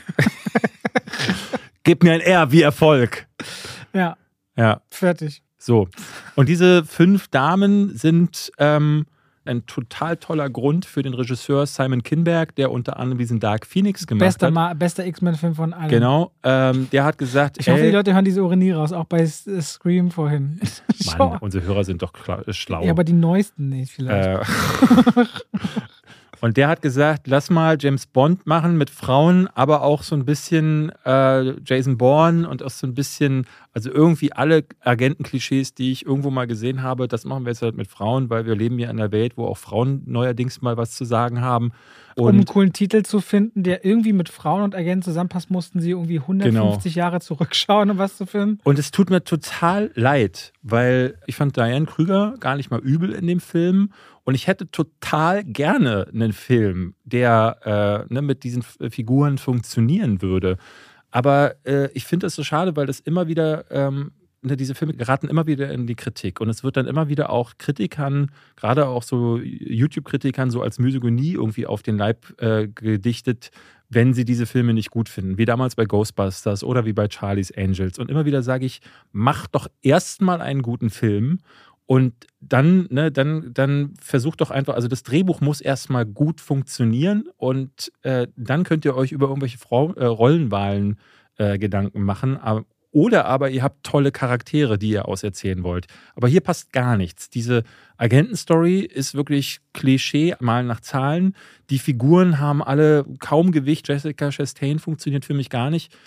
Gib mir ein R wie Erfolg. Ja. Fertig. So. Und diese 5 Damen sind ein total toller Grund für den Regisseur Simon Kinberg, der unter anderem diesen Dark Phoenix gemacht hat. Bester X-Men-Film von allen. Genau. Der hat gesagt, ich hoffe, die Leute hören diese Ironie raus, auch bei Scream vorhin. Mann, unsere Hörer sind doch schlau. Ja, aber die neuesten nicht vielleicht. Und der hat gesagt, lass mal James Bond machen mit Frauen, aber auch so ein bisschen Jason Bourne und auch so ein bisschen, also irgendwie alle Agentenklischees, die ich irgendwo mal gesehen habe, das machen wir jetzt halt mit Frauen, weil wir leben ja in einer Welt, wo auch Frauen neuerdings mal was zu sagen haben. Und um einen coolen Titel zu finden, der irgendwie mit Frauen und Agenten zusammenpasst, mussten sie irgendwie 150 Jahre zurückschauen, um was zu finden. Und es tut mir total leid, weil ich fand Diane Kruger gar nicht mal übel in dem Film. Und ich hätte total gerne einen Film, der mit diesen Figuren funktionieren würde. Aber ich finde es so schade, weil das immer wieder, diese Filme geraten immer wieder in die Kritik. Und es wird dann immer wieder auch Kritikern, gerade auch so YouTube-Kritikern, so als Misogynie irgendwie auf den Leib gedichtet, wenn sie diese Filme nicht gut finden. Wie damals bei Ghostbusters oder wie bei Charlie's Angels. Und immer wieder sage ich, mach doch erstmal einen guten Film. Und dann versucht doch einfach, also das Drehbuch muss erstmal gut funktionieren, und dann könnt ihr euch über irgendwelche Rollenwahlen Gedanken machen. Oder aber ihr habt tolle Charaktere, die ihr auserzählen wollt. Aber hier passt gar nichts. Diese Agentenstory ist wirklich Klischee, mal nach Zahlen. Die Figuren haben alle kaum Gewicht. Jessica Chastain funktioniert für mich gar nicht.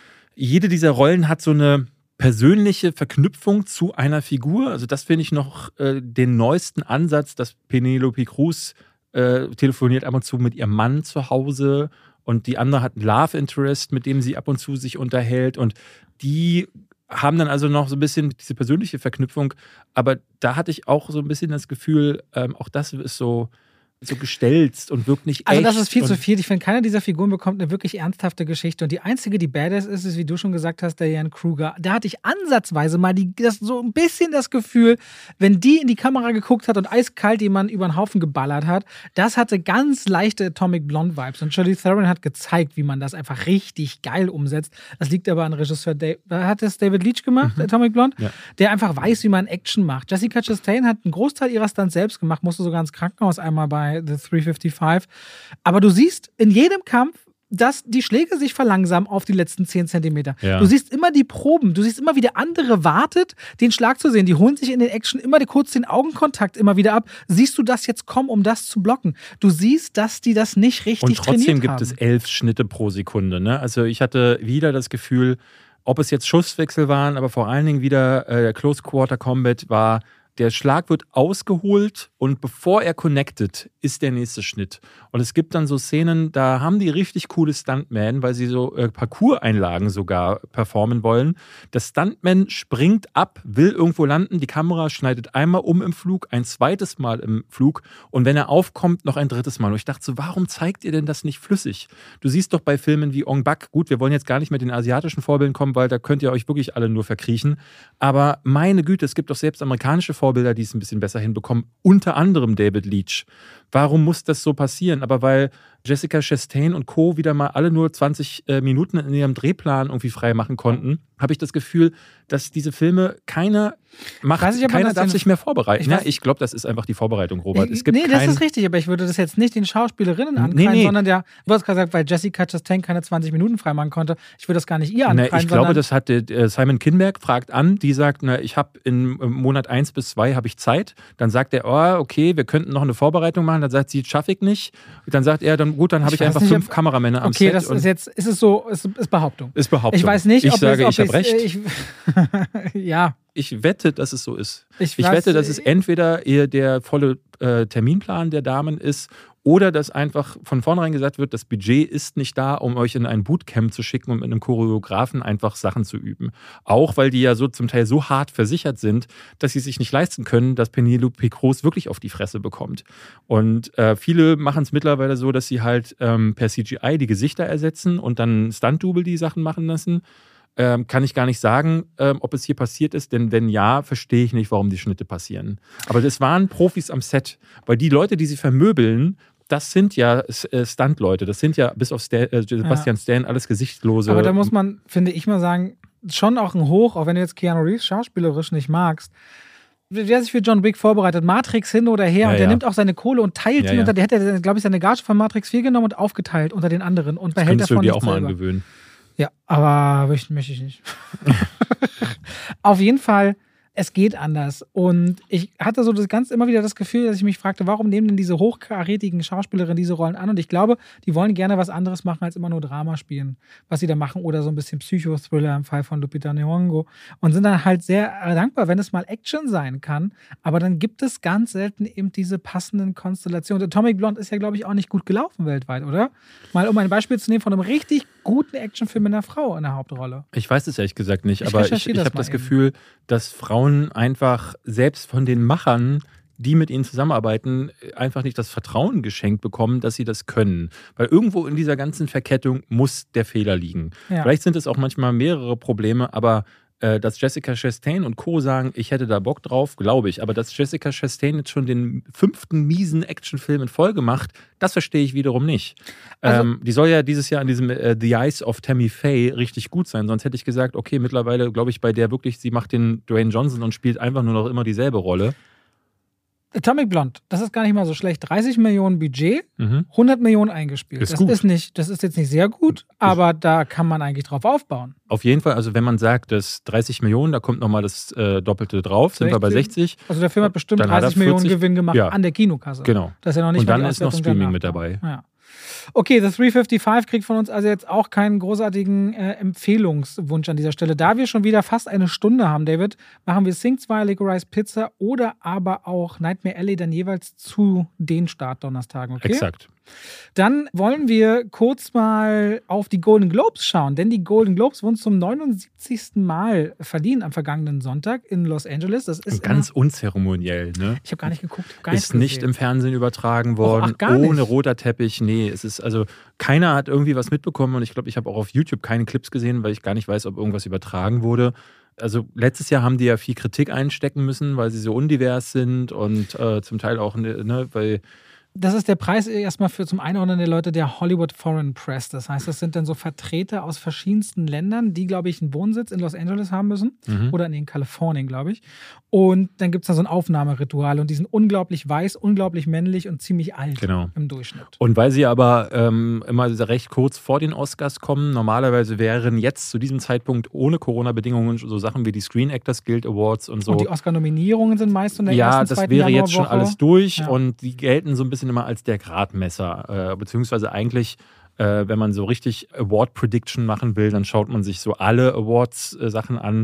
Jede dieser Rollen hat so eine persönliche Verknüpfung zu einer Figur. Also das finde ich noch den neuesten Ansatz, dass Penelope Cruz telefoniert ab und zu mit ihrem Mann zu Hause, und die andere hat einen Love Interest, mit dem sie ab und zu sich unterhält, und die haben dann also noch so ein bisschen diese persönliche Verknüpfung, aber da hatte ich auch so ein bisschen das Gefühl, auch das ist so gestelzt und wirkt nicht echt. Also das ist viel zu viel. Ich finde, keine dieser Figuren bekommt eine wirklich ernsthafte Geschichte. Und die einzige, die badass ist, wie du schon gesagt hast, Diane Kruger. Da hatte ich ansatzweise mal so ein bisschen das Gefühl, wenn die in die Kamera geguckt hat und eiskalt jemanden über den Haufen geballert hat, das hatte ganz leichte Atomic Blonde Vibes. Und Charlize Theron hat gezeigt, wie man das einfach richtig geil umsetzt. Das liegt aber an Regisseur hat das David Leitch gemacht, Atomic Blonde? Ja. Der einfach weiß, wie man Action macht. Jessica Chastain hat einen Großteil ihrer Stunts selbst gemacht, musste sogar ins Krankenhaus einmal bei The 355. Aber du siehst in jedem Kampf, dass die Schläge sich verlangsamen auf die letzten 10 Zentimeter. Ja. Du siehst immer die Proben, du siehst immer, wie der andere wartet, den Schlag zu sehen. Die holen sich in den Action immer kurz den Augenkontakt immer wieder ab. Siehst du das jetzt kommen, um das zu blocken? Du siehst, dass die das nicht richtig trainiert haben. Und trotzdem gibt es 11 Schnitte pro Sekunde. Ne? Also ich hatte wieder das Gefühl, ob es jetzt Schusswechsel waren, aber vor allen Dingen wieder Close Quarter Combat war, Der Schlag wird ausgeholt und bevor er connectet, ist der nächste Schnitt. Und es gibt dann so Szenen, da haben die richtig coole Stuntmen, weil sie so Parcours-Einlagen sogar performen wollen. Der Stuntman springt ab, will irgendwo landen, die Kamera schneidet einmal um im Flug, ein zweites Mal im Flug und wenn er aufkommt, noch ein drittes Mal. Und ich dachte so, warum zeigt ihr denn das nicht flüssig? Du siehst doch bei Filmen wie Ong Bak, gut, wir wollen jetzt gar nicht mit den asiatischen Vorbildern kommen, weil da könnt ihr euch wirklich alle nur verkriechen. Aber meine Güte, es gibt doch selbst amerikanische Vorbilder, die es ein bisschen besser hinbekommen. Unter anderem David Leitch. Warum muss das so passieren? Aber weil Jessica Chastain und Co. wieder mal alle nur 20 Minuten in ihrem Drehplan irgendwie frei machen konnten, habe ich das Gefühl, dass diese Filme keiner darf sich mehr vorbereiten. Ich glaube, das ist einfach die Vorbereitung, Robert. Das ist richtig, aber ich würde das jetzt nicht den Schauspielerinnen ankreiden, sondern du hast gesagt, weil Jessica Chastain keine 20 Minuten frei machen konnte. Ich würde das gar nicht ihr ankreiden. Ich glaube, das hat Simon Kinberg fragt an, die sagt, ich habe im Monat 1 bis 2 habe ich Zeit. Dann sagt er, okay, wir könnten noch eine Vorbereitung machen. Dann sagt sie, schaffe ich nicht. Dann sagt er, dann habe ich einfach 5 Kameramänner am Set. Okay, das ist jetzt, ist es so, ist Behauptung. Ist Behauptung. Ich weiß nicht, ich habe recht. Ja. Ich wette, dass es so ist. Ich wette, dass es entweder eher der volle Terminplan der Damen ist oder dass einfach von vornherein gesagt wird, das Budget ist nicht da, um euch in ein Bootcamp zu schicken und mit einem Choreografen einfach Sachen zu üben. Auch weil die ja so zum Teil so hart versichert sind, dass sie sich nicht leisten können, dass Penelope Cruz wirklich auf die Fresse bekommt. Und viele machen es mittlerweile so, dass sie halt per CGI die Gesichter ersetzen und dann Stunt-Double die Sachen machen lassen. Kann ich gar nicht sagen, ob es hier passiert ist, denn wenn ja, verstehe ich nicht, warum die Schnitte passieren. Aber das waren Profis am Set, weil die Leute, die sie vermöbeln, das sind ja Stunt-Leute, das sind ja bis auf Sebastian Stan alles Gesichtslose. Aber da muss man, finde ich mal sagen, schon auch ein Hoch, auch wenn du jetzt Keanu Reeves schauspielerisch nicht magst, der sich für John Wick vorbereitet, Matrix hin oder her, und der nimmt auch seine Kohle und teilt ihn unter, der hätte, glaube ich, seine Gage von Matrix 4 genommen und aufgeteilt unter den anderen und behält davon nichts selber. Das könntest du dir auch mal angewöhnen. Ja, aber möchte ich nicht. Auf jeden Fall, es geht anders. Und ich hatte so immer wieder das Gefühl, dass ich mich fragte, warum nehmen denn diese hochkarätigen Schauspielerinnen diese Rollen an? Und ich glaube, die wollen gerne was anderes machen, als immer nur Drama spielen, was sie da machen. Oder so ein bisschen Psychothriller im Fall von Lupita Nyong'o. Und sind dann halt sehr dankbar, wenn es mal Action sein kann. Aber dann gibt es ganz selten eben diese passenden Konstellationen. Atomic Blonde ist ja, glaube ich, auch nicht gut gelaufen weltweit, oder? Mal um ein Beispiel zu nehmen von einem richtig guten Actionfilm mit einer Frau in der Hauptrolle. Ich weiß es ehrlich gesagt nicht, aber ich habe das Gefühl, dass Frauen einfach selbst von den Machern, die mit ihnen zusammenarbeiten, einfach nicht das Vertrauen geschenkt bekommen, dass sie das können. Weil irgendwo in dieser ganzen Verkettung muss der Fehler liegen. Ja. Vielleicht sind es auch manchmal mehrere Probleme, aber dass Jessica Chastain und Co. sagen, ich hätte da Bock drauf, glaube ich. Aber dass Jessica Chastain jetzt schon den 5. miesen Actionfilm in Folge macht, das verstehe ich wiederum nicht. Also, die soll ja dieses Jahr an diesem The Eyes of Tammy Faye richtig gut sein. Sonst hätte ich gesagt, okay, mittlerweile glaube ich bei der wirklich, sie macht den Dwayne Johnson und spielt einfach nur noch immer dieselbe Rolle. Atomic Blonde, das ist gar nicht mal so schlecht. 30 Millionen Budget, 100 Millionen eingespielt. Das ist jetzt nicht sehr gut, aber da kann man eigentlich drauf aufbauen. Auf jeden Fall, also wenn man sagt, dass 30 Millionen, da kommt nochmal das Doppelte drauf, 60? Sind wir bei 60. Also der Film hat bestimmt 30 Millionen Gewinn gemacht an der Kinokasse. Genau. Das ist ja noch nicht und dann ist noch Streaming mit dabei. Ja. Okay, The 355 kriegt von uns also jetzt auch keinen großartigen Empfehlungswunsch an dieser Stelle. Da wir schon wieder fast eine Stunde haben, David, machen wir Sing 2, Licorice Pizza oder aber auch Nightmare Alley dann jeweils zu den Startdonnerstagen, okay? Exakt. Dann wollen wir kurz mal auf die Golden Globes schauen, denn die Golden Globes wurden zum 79. Mal verliehen am vergangenen Sonntag in Los Angeles. Das ist ganz unzeremoniell, ne? Ich habe gar nicht geguckt. Ist nicht im Fernsehen übertragen worden, ohne roter Teppich. Nee, es ist also, keiner hat irgendwie was mitbekommen und ich glaube, ich habe auch auf YouTube keine Clips gesehen, weil ich gar nicht weiß, ob irgendwas übertragen wurde. Also letztes Jahr haben die ja viel Kritik einstecken müssen, weil sie so undivers sind und zum Teil auch, ne, weil das ist der Preis erstmal zum Einordnen der Leute der Hollywood Foreign Press. Das heißt, das sind dann so Vertreter aus verschiedensten Ländern, die, glaube ich, einen Wohnsitz in Los Angeles haben müssen oder in Kalifornien, glaube ich. Und dann gibt es da so ein Aufnahmeritual und die sind unglaublich weiß, unglaublich männlich und ziemlich alt im Durchschnitt. Und weil sie aber immer recht kurz vor den Oscars kommen, normalerweise wären jetzt zu diesem Zeitpunkt ohne Corona-Bedingungen so Sachen wie die Screen Actors Guild Awards und so. Und die Oscar-Nominierungen sind meist in der ersten, zweiten Januarwoche. Ja, das wäre jetzt schon alles durch und die gelten so ein bisschen immer als der Gradmesser, beziehungsweise eigentlich, wenn man so richtig Award-Prediction machen will, dann schaut man sich so alle Awards-Sachen an.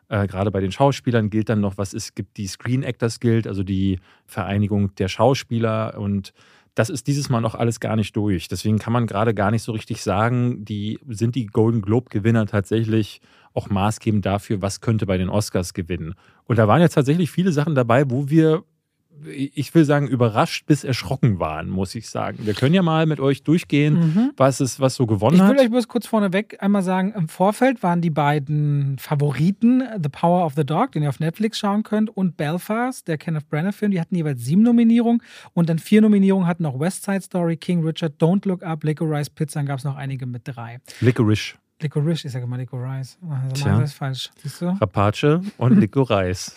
Gerade bei den Schauspielern gilt dann noch, gibt die Screen Actors Guild, also die Vereinigung der Schauspieler, und das ist dieses Mal noch alles gar nicht durch. Deswegen kann man gerade gar nicht so richtig sagen, sind die Golden Globe-Gewinner tatsächlich auch maßgebend dafür, was könnte bei den Oscars gewinnen. Und da waren jetzt tatsächlich viele Sachen dabei, wo wir, ich will sagen, überrascht bis erschrocken waren, muss ich sagen. Wir können ja mal mit euch durchgehen, was so gewonnen hat. Ich will euch bloß kurz vorneweg einmal sagen, im Vorfeld waren die beiden Favoriten The Power of the Dog, den ihr auf Netflix schauen könnt, und Belfast, der Kenneth Branagh-Film. Die hatten jeweils 7 Nominierungen und dann 4 Nominierungen hatten noch West Side Story, King Richard, Don't Look Up, Licorice Pizza, dann gab es noch einige mit 3. Licorice, ich sage immer Licorice. Also das ist falsch, siehst du? Rapace und Licorice.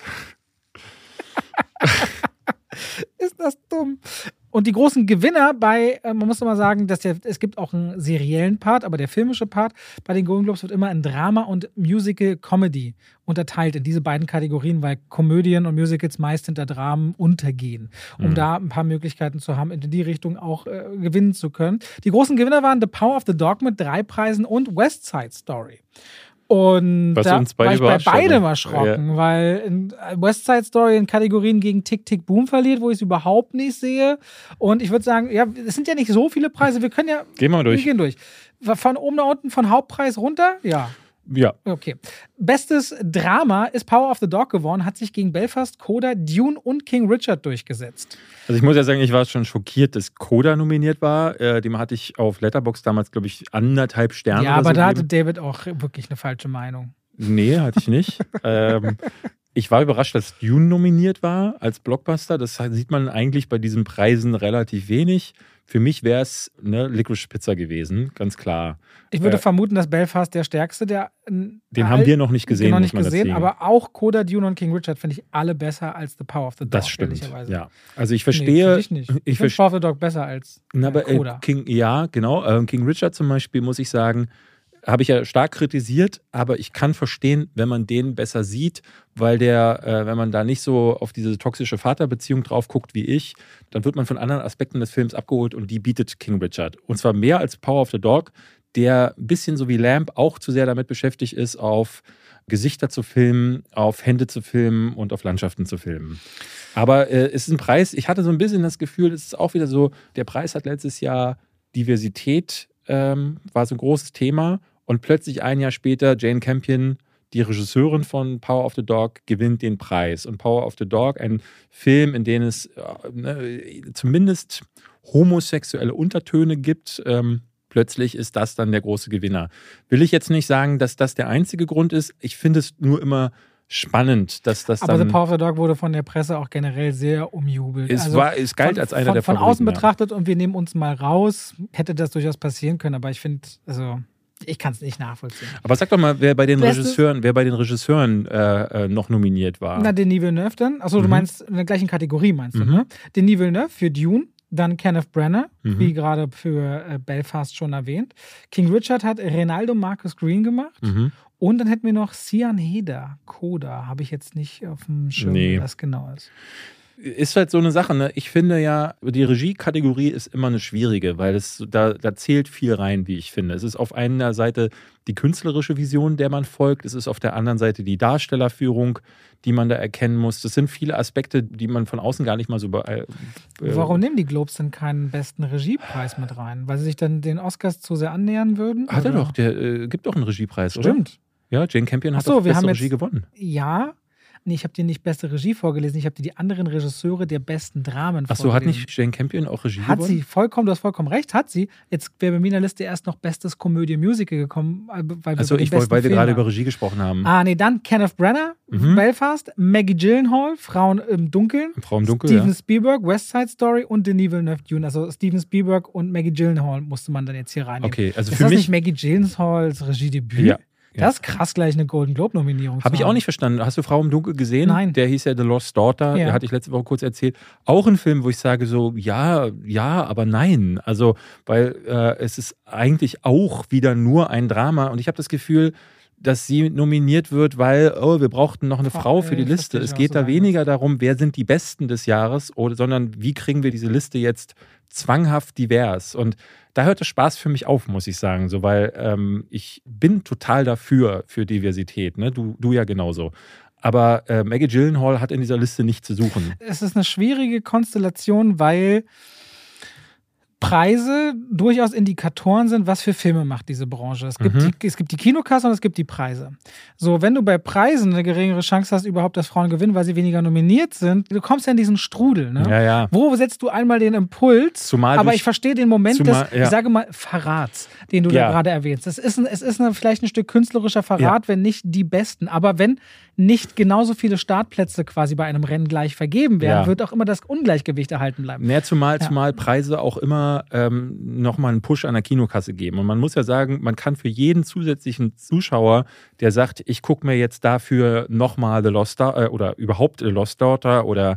Ist das dumm. Und die großen Gewinner man muss immer sagen, es gibt auch einen seriellen Part, aber der filmische Part bei den Golden Globes wird immer in Drama und Musical Comedy unterteilt in diese beiden Kategorien, weil Komödien und Musicals meist hinter Dramen untergehen, um da ein paar Möglichkeiten zu haben, in die Richtung auch gewinnen zu können. Die großen Gewinner waren The Power of the Dog mit 3 Preisen und West Side Story. Und was da uns war ich bei beidem ne? erschrocken, weil in West Side Story in Kategorien gegen Tick, Tick, Boom verliert, wo ich es überhaupt nicht sehe. Und ich würde sagen, ja, es sind ja nicht so viele Preise, wir können ja... Gehen wir mal durch. Wir gehen durch. Von oben nach unten, von Hauptpreis runter? Ja. Ja. Okay. Bestes Drama ist Power of the Dog geworden, hat sich gegen Belfast, Coda, Dune und King Richard durchgesetzt. Also ich muss ja sagen, ich war schon schockiert, dass Coda nominiert war. Dem hatte ich auf Letterboxd damals, glaube ich, 1,5 Sterne. Ja, aber da hatte David auch wirklich eine falsche Meinung. Nee, hatte ich nicht. Ich war überrascht, dass Dune nominiert war als Blockbuster. Das sieht man eigentlich bei diesen Preisen relativ wenig. Für mich wäre es Licorice Pizza gewesen, ganz klar. Ich würde vermuten, dass Belfast der stärkste, den haben wir noch nicht gesehen. Noch nicht gesehen, aber auch Coda, Dune und King Richard finde ich alle besser als The Power of the Dog. Das stimmt, ja. Also ich verstehe... Nee, ich nicht. Ich finde Power of the Dog besser als Coda. King Richard zum Beispiel, muss ich sagen, habe ich ja stark kritisiert, aber ich kann verstehen, wenn man den besser sieht, weil wenn man da nicht so auf diese toxische Vaterbeziehung drauf guckt wie ich, dann wird man von anderen Aspekten des Films abgeholt und die bietet King Richard. Und zwar mehr als Power of the Dog, der ein bisschen so wie Lamb auch zu sehr damit beschäftigt ist, auf Gesichter zu filmen, auf Hände zu filmen und auf Landschaften zu filmen. Aber es ist ein Preis, ich hatte so ein bisschen das Gefühl, es ist auch wieder so, der Preis hat letztes Jahr Diversität, war so ein großes Thema. Und plötzlich ein Jahr später, Jane Campion, die Regisseurin von Power of the Dog, gewinnt den Preis. Und Power of the Dog, ein Film, in dem es zumindest homosexuelle Untertöne gibt, plötzlich ist das dann der große Gewinner. Will ich jetzt nicht sagen, dass das der einzige Grund ist. Ich finde es nur immer spannend, dass das dann... Aber The Power of the Dog wurde von der Presse auch generell sehr umjubelt. Es galt als einer der Favoriten. Von außen betrachtet und wir nehmen uns mal raus, hätte das durchaus passieren können. Aber ich finde, ich kann es nicht nachvollziehen. Aber sag doch mal, wer bei den Regisseuren noch nominiert war. Na, Denis Villeneuve dann. Achso, du meinst in der gleichen Kategorie, meinst du, ne? Denis Villeneuve für Dune, dann Kenneth Branagh, wie gerade für Belfast schon erwähnt. King Richard hat Reinaldo Marcus Green gemacht. Und dann hätten wir noch Sian Heder, Coda. Habe ich jetzt nicht auf dem Schirm, was genau ist. Ist halt so eine Sache, ne? Ich finde ja, die Regie-Kategorie ist immer eine schwierige, weil da zählt viel rein, wie ich finde. Es ist auf einer Seite die künstlerische Vision, der man folgt. Es ist auf der anderen Seite die Darstellerführung, die man da erkennen muss. Das sind viele Aspekte, die man von außen gar nicht mal so... Warum nehmen die Globes denn keinen besten Regiepreis mit rein? Weil sie sich dann den Oscars zu sehr annähern würden? Hat er doch, der gibt doch einen Regiepreis, Stimmt. Oder? Ja, Jane Campion hat doch beste Regie gewonnen. Ja, nee, ich habe dir nicht beste Regie vorgelesen, ich habe dir die anderen Regisseure der besten Dramen vorgelesen. Achso, hat nicht Jane Campion auch Regie gewonnen? Hat sie, du hast vollkommen recht, hat sie. Jetzt wäre bei meiner Liste erst noch bestes Komödie-Musical gekommen, weil wir gerade über Regie gesprochen haben. Nee, dann Kenneth Branagh, Belfast, Maggie Gyllenhaal, Frauen im Dunkeln, Steven Spielberg, West Side Story und Denis Villeneuve, Dune. Also Steven Spielberg und Maggie Gyllenhaal musste man dann jetzt hier reinnehmen. Okay, also ist für das mich nicht Maggie Gyllenhaals Regiedebüt? Ja. Das ist krass, gleich eine Golden Globe-Nominierung. Habe ich auch nicht verstanden. Hast du Frau im Dunkeln gesehen? Nein. Der hieß ja The Lost Daughter. Ja. Der hatte ich letzte Woche kurz erzählt. Auch ein Film, wo ich sage so, ja, aber nein. Also, weil es ist eigentlich auch wieder nur ein Drama. Und ich habe das Gefühl, dass sie nominiert wird, weil wir brauchten noch eine Frau für die Liste. Es geht da weniger darum, wer sind die Besten des Jahres, sondern wie kriegen wir diese Liste jetzt zwanghaft divers. Und da hört der Spaß für mich auf, muss ich sagen, so, weil ich bin total dafür, für Diversität. Ne? Du ja genauso. Aber Maggie Gyllenhaal hat in dieser Liste nichts zu suchen. Es ist eine schwierige Konstellation, weil Preise durchaus Indikatoren sind, was für Filme macht diese Branche. Es gibt die Kinokasse und es gibt die Preise. So, wenn du bei Preisen eine geringere Chance hast, überhaupt, dass Frauen gewinnen, weil sie weniger nominiert sind, du kommst ja in diesen Strudel. Ne? Ja. Wo setzt du einmal den Impuls? Aber ich verstehe den Moment des, ich sage mal, Verrats, den du da gerade erwähnst. Es ist vielleicht ein Stück künstlerischer Verrat, wenn nicht die Besten. Aber wenn nicht genauso viele Startplätze quasi bei einem Rennen gleich vergeben werden, wird auch immer das Ungleichgewicht erhalten bleiben. Zumal Preise auch immer nochmal einen Push an der Kinokasse geben. Und man muss ja sagen, man kann für jeden zusätzlichen Zuschauer, der sagt, ich gucke mir jetzt dafür nochmal The Lost Daughter oder überhaupt The Lost Daughter oder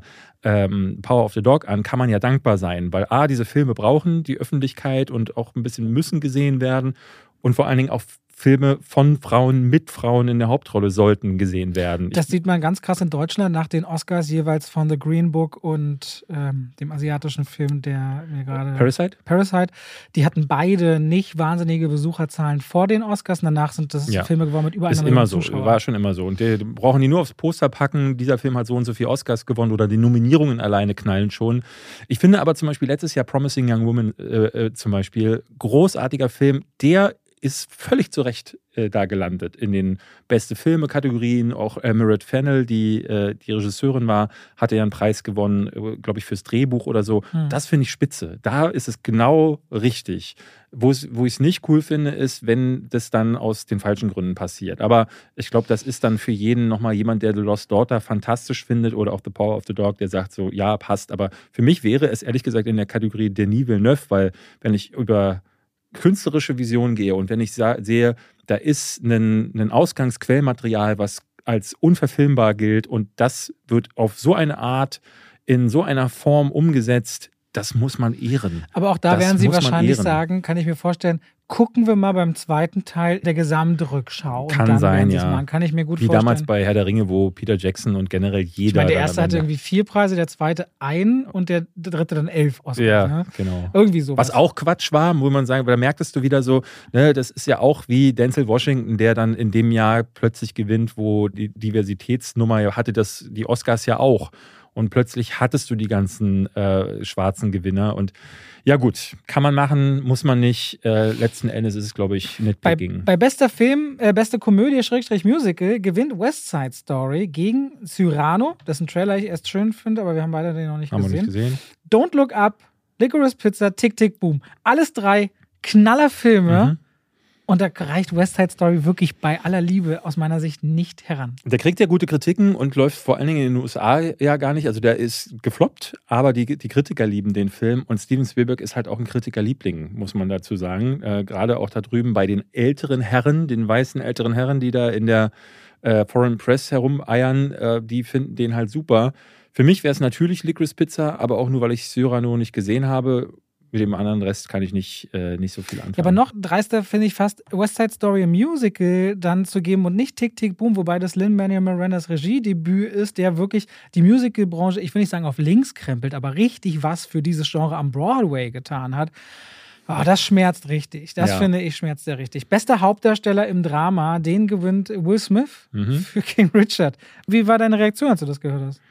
Power of the Dog an, kann man ja dankbar sein, weil diese Filme brauchen die Öffentlichkeit und auch ein bisschen müssen gesehen werden und vor allen Dingen auch Filme von Frauen mit Frauen in der Hauptrolle sollten gesehen werden. Das sieht man ganz krass in Deutschland nach den Oscars jeweils von The Green Book und dem asiatischen Film, der mir gerade... Parasite. Die hatten beide nicht wahnsinnige Besucherzahlen vor den Oscars und danach sind das Filme geworden mit über einer Million Zuschauern. War schon immer so. Und die brauchen die nur aufs Poster packen, dieser Film hat so und so viele Oscars gewonnen oder die Nominierungen alleine knallen schon. Ich finde aber zum Beispiel letztes Jahr Promising Young Woman zum Beispiel, großartiger Film, der ist völlig zu Recht da gelandet in den beste Filme-Kategorien. Auch Meret Fennell, die Regisseurin war, hatte ja einen Preis gewonnen, glaube ich, fürs Drehbuch oder so. Das finde ich spitze. Da ist es genau richtig. Wo ich es nicht cool finde, ist, wenn das dann aus den falschen Gründen passiert. Aber ich glaube, das ist dann für jeden nochmal jemand, der The Lost Daughter fantastisch findet oder auch The Power of the Dog, der sagt so, ja, passt. Aber für mich wäre es ehrlich gesagt in der Kategorie Denis Villeneuve, weil wenn ich über künstlerische Vision gehe und wenn ich sehe, da ist ein Ausgangsquellmaterial, was als unverfilmbar gilt und das wird auf so eine Art, in so einer Form umgesetzt, das muss man ehren. Aber auch da werden Sie wahrscheinlich sagen, kann ich mir vorstellen, gucken wir mal beim zweiten Teil der Gesamtrückschau. Kann sein, ja. Kann ich mir gut vorstellen. Wie damals bei Herr der Ringe, wo Peter Jackson und generell jeder... Ich meine, der erste hatte irgendwie 4 Preise, der zweite 1 und der dritte dann 11 Oscars. Ja, ne? Genau. Irgendwie sowas. Was auch Quatsch war, wo man sagen, da merktest du wieder so, ne, das ist ja auch wie Denzel Washington, der dann in dem Jahr plötzlich gewinnt, wo die Diversitätsnummer hatte die Oscars ja auch. Und plötzlich hattest du die ganzen schwarzen Gewinner. Und ja gut, kann man machen, muss man nicht. Letzten Endes ist es, glaube ich, Nitpicking. Bei bester Film, beste Komödie, Musical, gewinnt West Side Story gegen Cyrano, dessen Trailer ich erst schön finde, aber wir haben beide den noch nicht gesehen. Don't Look Up, Licorice Pizza, Tick, Tick, Boom. Alles 3 Knallerfilme. Und da reicht West Side Story wirklich bei aller Liebe aus meiner Sicht nicht heran. Der kriegt ja gute Kritiken und läuft vor allen Dingen in den USA ja gar nicht. Also der ist gefloppt, aber die Kritiker lieben den Film. Und Steven Spielberg ist halt auch ein Kritikerliebling, muss man dazu sagen. Gerade auch da drüben bei den älteren Herren, den weißen älteren Herren, die da in der Foreign Press herumeiern, die finden den halt super. Für mich wäre es natürlich Licorice Pizza, aber auch nur, weil ich Cyrano nicht gesehen habe. Mit dem anderen Rest kann ich nicht so viel anfangen. Ja, aber noch dreister finde ich fast, West Side Story Musical dann zu geben und nicht Tick, Tick, Boom, wobei das Lin-Manuel Mirandas Regiedebüt ist, der wirklich die Musicalbranche, ich will nicht sagen auf links krempelt, aber richtig was für dieses Genre am Broadway getan hat. Oh, das schmerzt richtig. Das finde ich schmerzt sehr richtig. Bester Hauptdarsteller im Drama, den gewinnt Will Smith für King Richard. Wie war deine Reaktion, als du das gehört hast?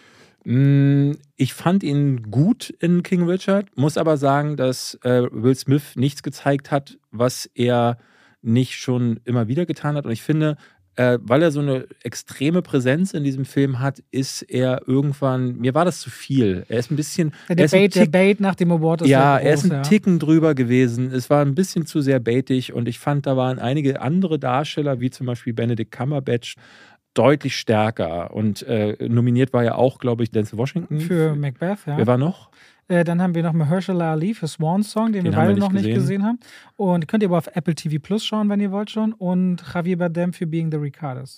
Ich fand ihn gut in King Richard, muss aber sagen, dass Will Smith nichts gezeigt hat, was er nicht schon immer wieder getan hat. Und ich finde, weil er so eine extreme Präsenz in diesem Film hat, ist er irgendwann, mir war das zu viel. Er ist ein bisschen... Der Bait nach dem Award ist ja, er ist ein Ticken drüber gewesen. Es war ein bisschen zu sehr baitig und ich fand, da waren einige andere Darsteller, wie zum Beispiel Benedict Cumberbatch, deutlich stärker. Und nominiert war ja auch, glaube ich, Denzel Washington. Für Macbeth, ja. Wer war noch? Dann haben wir noch Mahershala Ali für Swan Song, den wir beide noch nicht gesehen haben. Und könnt ihr aber auf Apple TV Plus schauen, wenn ihr wollt schon. Und Javier Bardem für Being the Ricardos.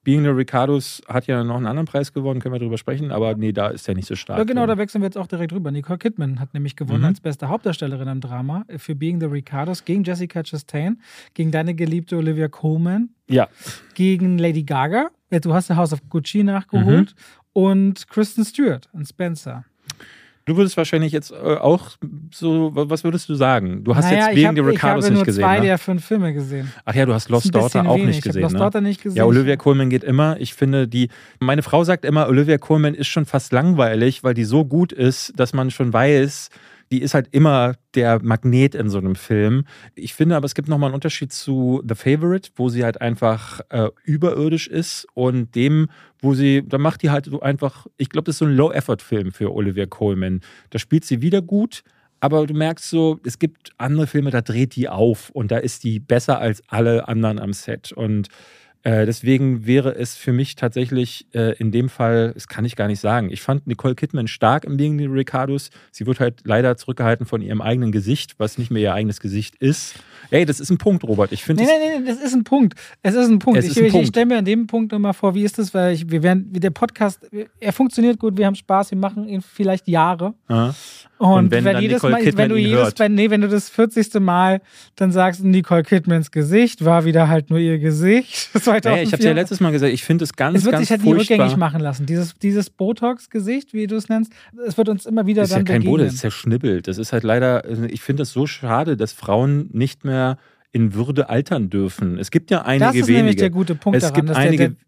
Being the Ricardos hat ja noch einen anderen Preis gewonnen, können wir drüber sprechen, aber nee, da ist er nicht so stark. Ja, genau, drin. da wechseln wir jetzt auch direkt rüber. Nicole Kidman hat nämlich gewonnen als beste Hauptdarstellerin im Drama für Being the Ricardos gegen Jessica Chastain, gegen deine geliebte Olivia Colman, Ja. gegen Lady Gaga. Du hast ja House of Gucci nachgeholt und Kristen Stewart und Spencer. Du würdest wahrscheinlich jetzt auch so, was würdest du sagen? Du hast jetzt Being the Ricardos ich habe nicht nur gesehen, 2 ne? der 5 Filme gesehen. Ach ja, du hast Lost Daughter auch nicht gesehen, Ich habe Lost Daughter nicht gesehen. Ja, Olivia Colman geht immer. Ich finde, meine Frau sagt immer, Olivia Colman ist schon fast langweilig, weil die so gut ist, dass man schon weiß, die ist halt immer der Magnet in so einem Film. Ich finde aber, es gibt nochmal einen Unterschied zu The Favourite, wo sie halt einfach überirdisch ist und dem, da macht die halt so einfach, ich glaube, das ist so ein Low-Effort-Film für Olivia Colman. Da spielt sie wieder gut, aber du merkst so, es gibt andere Filme, da dreht die auf und da ist die besser als alle anderen am Set. Und deswegen wäre es für mich tatsächlich in dem Fall, das kann ich gar nicht sagen. Ich fand Nicole Kidman stark im Being the Ricardos. Sie wird halt leider zurückgehalten von ihrem eigenen Gesicht, was nicht mehr ihr eigenes Gesicht ist. Ey, das ist ein Punkt, Robert. Ich finde Nee, das ist ein Punkt. Es ist ein Punkt. Ich stelle mir an dem Punkt immer vor, wie ist das, weil der Podcast, er funktioniert gut, wir haben Spaß, wir machen ihn vielleicht Jahre. Ja. Und wenn du das 40. Mal dann sagst, Nicole Kidmans Gesicht war wieder halt nur ihr Gesicht. Hey, ich habe ja letztes Mal gesagt, ich finde es ganz, es wird ganz sich halt nie rückgängig machen lassen. Dieses Botox-Gesicht, wie du es nennst, es wird uns immer wieder dann begegnen. Das ist ja kein Botox, das ist zerschnibbelt. Das ist halt leider, ich finde es so schade, dass Frauen nicht mehr in Würde altern dürfen. Es gibt ja einige wenige. Das ist nämlich der gute Punkt daran, dass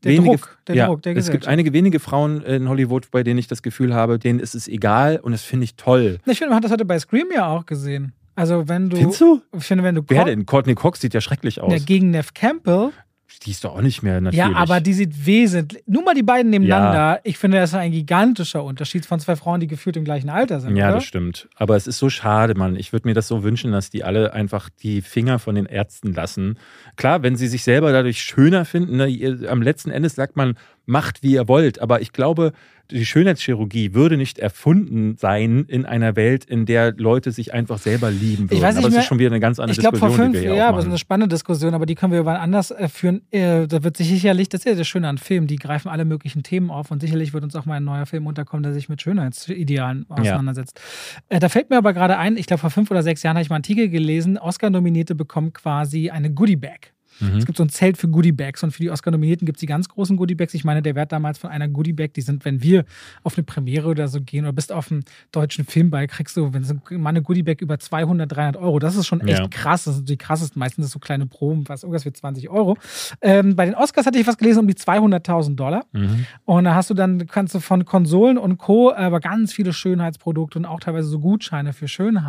der Druck der Gesellschaft. Es gibt einige wenige Frauen in Hollywood, bei denen ich das Gefühl habe, denen ist es egal und das finde ich toll. Ich finde, man hat das heute bei Scream ja auch gesehen. Also wenn du... Findest du? Ich finde, wenn du... Wer denn? Courtney Cox sieht ja schrecklich aus. Ja, gegen Neve Campbell... Die ist doch auch nicht mehr natürlich. Ja, aber die sieht wesentlich... Nur mal die beiden nebeneinander. Ja. Ich finde, das ist ein gigantischer Unterschied von 2 Frauen, die gefühlt im gleichen Alter sind, Ja, oder? Das stimmt. Aber es ist so schade, Mann. Ich würde mir das so wünschen, dass die alle einfach die Finger von den Ärzten lassen. Klar, wenn sie sich selber dadurch schöner finden, ne, am letzten Endes sagt man, macht, wie ihr wollt. Aber ich glaube, die Schönheitschirurgie würde nicht erfunden sein in einer Welt, in der Leute sich einfach selber lieben würden. Aber es ist schon wieder eine ganz andere Diskussion, vor 5 die wir hier Jahren, aufmachen. das ist eine spannende Diskussion, aber die können wir wann anders führen. Da wird sich sicherlich, das ist ja das Schöne an Filmen, die greifen alle möglichen Themen auf und sicherlich wird uns auch mal ein neuer Film unterkommen, der sich mit Schönheitsidealen auseinandersetzt. Da fällt mir aber gerade ein, ich glaube vor 5 oder 6 Jahren habe ich mal einen Artikel gelesen, Oscar-Nominierte bekommen quasi eine Goodie-Bag. Es gibt so ein Zelt für Goodiebags und für die Oscar-Nominierten gibt es die ganz großen Goodiebags. Ich meine, der Wert damals von einer Goodiebag, die sind, wenn wir auf eine Premiere oder so gehen oder bist auf einem deutschen Filmball, kriegst du, wenn so mal eine Goodiebag über 200, 300 Euro. Das ist schon echt krass. Das sind die krassesten. Meistens sind das so kleine Proben, irgendwas für 20 Euro. Bei den Oscars hatte ich was gelesen um die $200.000. Und da kannst du von Konsolen und Co. aber ganz viele Schönheitsprodukte und auch teilweise so Gutscheine für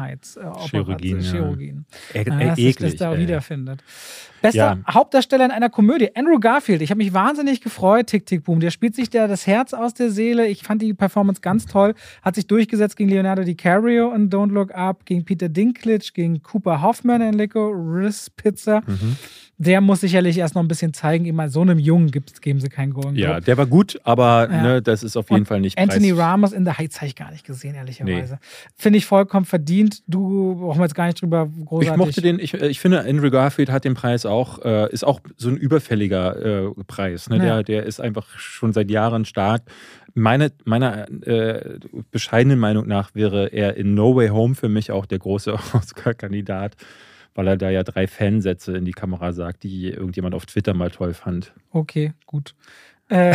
Schönheitschirurgien. Dass das da wiederfindet. Bester Hauptdarsteller in einer Komödie, Andrew Garfield. Ich habe mich wahnsinnig gefreut, Tick, Tick, Boom. Der spielt sich das Herz aus der Seele. Ich fand die Performance ganz toll. Hat sich durchgesetzt gegen Leonardo DiCaprio in Don't Look Up, gegen Peter Dinklage, gegen Cooper Hoffman in Licorice Pizza. Der muss sicherlich erst noch ein bisschen zeigen. Immer so einem Jungen geben sie keinen Golden Globe. Ja, der war gut, aber das ist auf jeden Fall nicht Anthony Ramos in The Heights habe ich gar nicht gesehen, ehrlicherweise. Finde ich vollkommen verdient. Brauchen wir jetzt gar nicht drüber großartig. Ich mochte den, ich finde, Andrew Garfield hat den Preis auch, ist auch so ein überfälliger Preis. Ne? Der ist einfach schon seit Jahren stark. Meiner bescheidenen Meinung nach wäre er in No Way Home für mich auch der große Oscar-Kandidat, weil er da ja 3 Fansätze in die Kamera sagt, die irgendjemand auf Twitter mal toll fand. Okay, gut. Will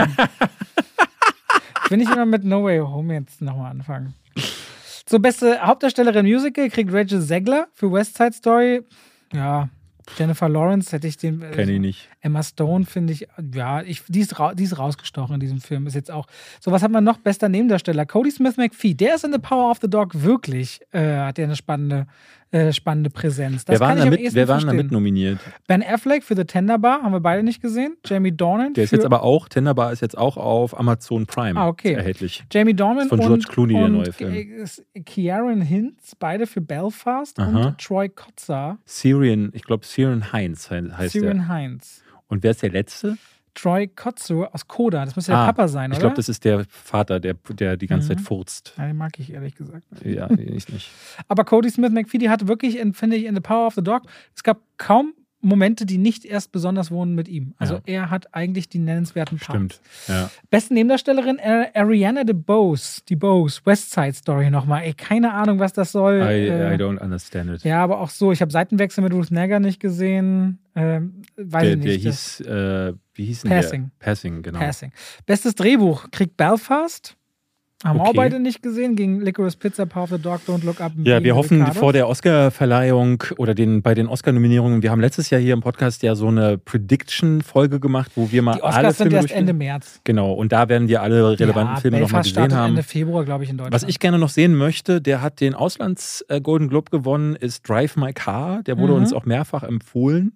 ich immer mit No Way Home jetzt nochmal anfangen. So, beste Hauptdarstellerin Musical kriegt Rachel Zegler für West Side Story. Ja, Jennifer Lawrence hätte ich den... Kenne ich nicht. Emma Stone finde ich, die ist rausgestochen in diesem Film. Ist jetzt auch... So, was hat man noch? Bester Nebendarsteller. Cody Smith-McPhee. Der ist in The Power of the Dog wirklich, hat der eine spannende Präsenz. Wer waren da mit nominiert? Ben Affleck für The Tender Bar, haben wir beide nicht gesehen. Jamie Dornan. Der ist jetzt aber auch, Tender Bar ist jetzt auch auf Amazon Prime erhältlich. Jamie Dornan von George Clooney, der neue Film. Kieran Hinz, beide für Belfast und Troy Kotzer. Ich glaube Ciarán Hinds heißt Ciarán Hinds. Und wer ist der Letzte? Troy Kotzer aus Coda. Das müsste der Papa sein, oder? Ich glaube, das ist der Vater, der die ganze Zeit furzt. Ja, den mag ich ehrlich gesagt. Ja, ich nicht. Aber Cody Smith-McPhee hat wirklich, finde ich, in The Power of the Dog, es gab kaum Momente, die nicht erst besonders wohnen mit ihm. Also er hat eigentlich die nennenswerten Parts. Stimmt, ja. Beste Nebendarstellerin, Ariana DeBose, West Side Story nochmal. Ey, keine Ahnung, was das soll. I don't understand it. Ja, aber auch so. Ich habe Seitenwechsel mit Ruth Negga nicht gesehen. Weiß ich nicht. Der hieß, wie hieß denn Passing. der? Passing, genau. Passing. Bestes Drehbuch kriegt Belfast. Haben wir Okay. auch beide nicht gesehen. Gegen Licorice Pizza, Power of the Dog, Don't Look Up. Ja, wir hoffen Ricardo. vor der Oscar-Verleihung oder bei den Oscar-Nominierungen, wir haben letztes Jahr hier im Podcast ja so eine Prediction-Folge gemacht, wo wir mal Die alle Oscars sind Filme erst Ende März. Genau, und da werden wir alle relevanten Filme nochmal Belfast gesehen startet haben. Ende Februar, glaube ich, in Deutschland. Was ich gerne noch sehen möchte, der hat den Auslands-Golden Globe gewonnen, ist Drive My Car. Der wurde uns auch mehrfach empfohlen.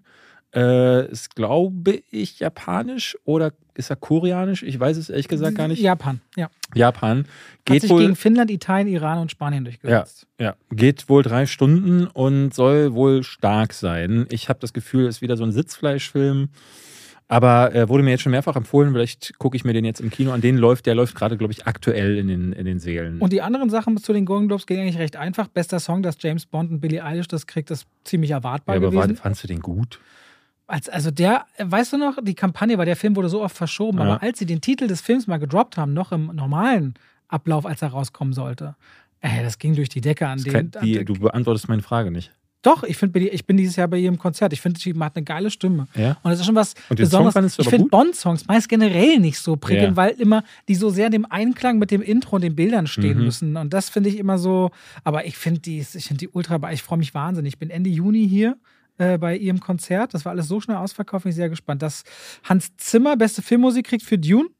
Ist, glaube ich, japanisch oder ist er koreanisch? Ich weiß es ehrlich gesagt gar nicht. Japan, ja. Japan. Hat Geht sich wohl, gegen Finnland, Italien, Iran und Spanien durchgesetzt. ja, geht wohl 3 Stunden und soll wohl stark sein. Ich habe das Gefühl, es ist wieder so ein Sitzfleischfilm. Aber wurde mir jetzt schon mehrfach empfohlen, vielleicht gucke ich mir den jetzt im Kino an. Der läuft gerade, glaube ich, aktuell in den Sälen. Und die anderen Sachen zu den Golden Globes gehen eigentlich recht einfach. Bester Song, dass James Bond und Billie Eilish das kriegt, ist ziemlich erwartbar aber gewesen. fandst du den gut? Also der, weißt du noch, die Kampagne, weil der Film wurde so oft verschoben, Ja. aber als sie den Titel des Films mal gedroppt haben, noch im normalen Ablauf, als er rauskommen sollte, das ging durch die Decke an den. Du beantwortest meine Frage nicht. Doch, ich bin dieses Jahr bei ihrem Konzert. Ich finde, sie hat eine geile Stimme. Ja? Und das ist schon was Und den Besonderes. Song fandest du Ich aber finde gut? Bond-Songs meist generell nicht so prickelnd, Ja. weil immer die so sehr in dem Einklang mit dem Intro und den Bildern stehen müssen. Und das finde ich immer so, aber ich finde die ultra, ich freue mich wahnsinnig. Ich bin Ende Juni hier bei ihrem Konzert. Das war alles so schnell ausverkauft, bin ich sehr gespannt. Dass Hans Zimmer beste Filmmusik kriegt für Dune.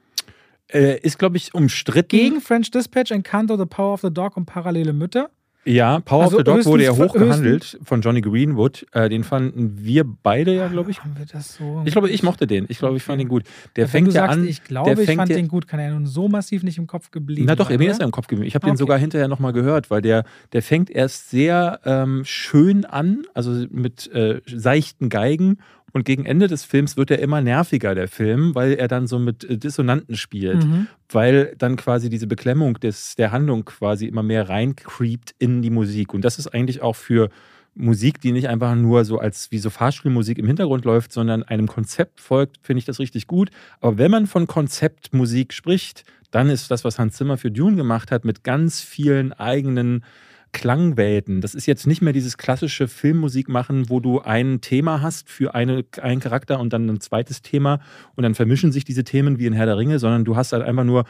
Ist, glaube ich, umstritten. Gegen French Dispatch, Encanto, The Power of the Dog und Parallele Mütter. Ja, Power Also of the Dog wurde ja höchstens- hochgehandelt von Johnny Greenwood. Den fanden wir beide ja, glaube ich. Haben wir das so? Ich glaube, ich mochte den. Ich glaube, ich fand den gut. Der Wenn fängt du ja sagst, an. ich glaube, der ich fand ja- den gut, kann er nun so massiv nicht im Kopf geblieben Na doch, sein, mir oder? ist er im Kopf geblieben. Ich habe den Okay. sogar hinterher nochmal gehört, weil der fängt erst sehr schön an, also mit seichten Geigen. Und gegen Ende des Films wird er immer nerviger, der Film, weil er dann so mit Dissonanten spielt. Weil dann quasi diese Beklemmung der Handlung quasi immer mehr reincreept in die Musik. Und das ist eigentlich auch für Musik, die nicht einfach nur so als wie so Fahrstuhlmusik im Hintergrund läuft, sondern einem Konzept folgt, finde ich das richtig gut. Aber wenn man von Konzeptmusik spricht, dann ist das, was Hans Zimmer für Dune gemacht hat, mit ganz vielen eigenen Klangwelten. Das ist jetzt nicht mehr dieses klassische Filmmusik machen, wo du ein Thema hast für einen Charakter und dann ein zweites Thema und dann vermischen sich diese Themen wie in Herr der Ringe, sondern du hast halt einfach nur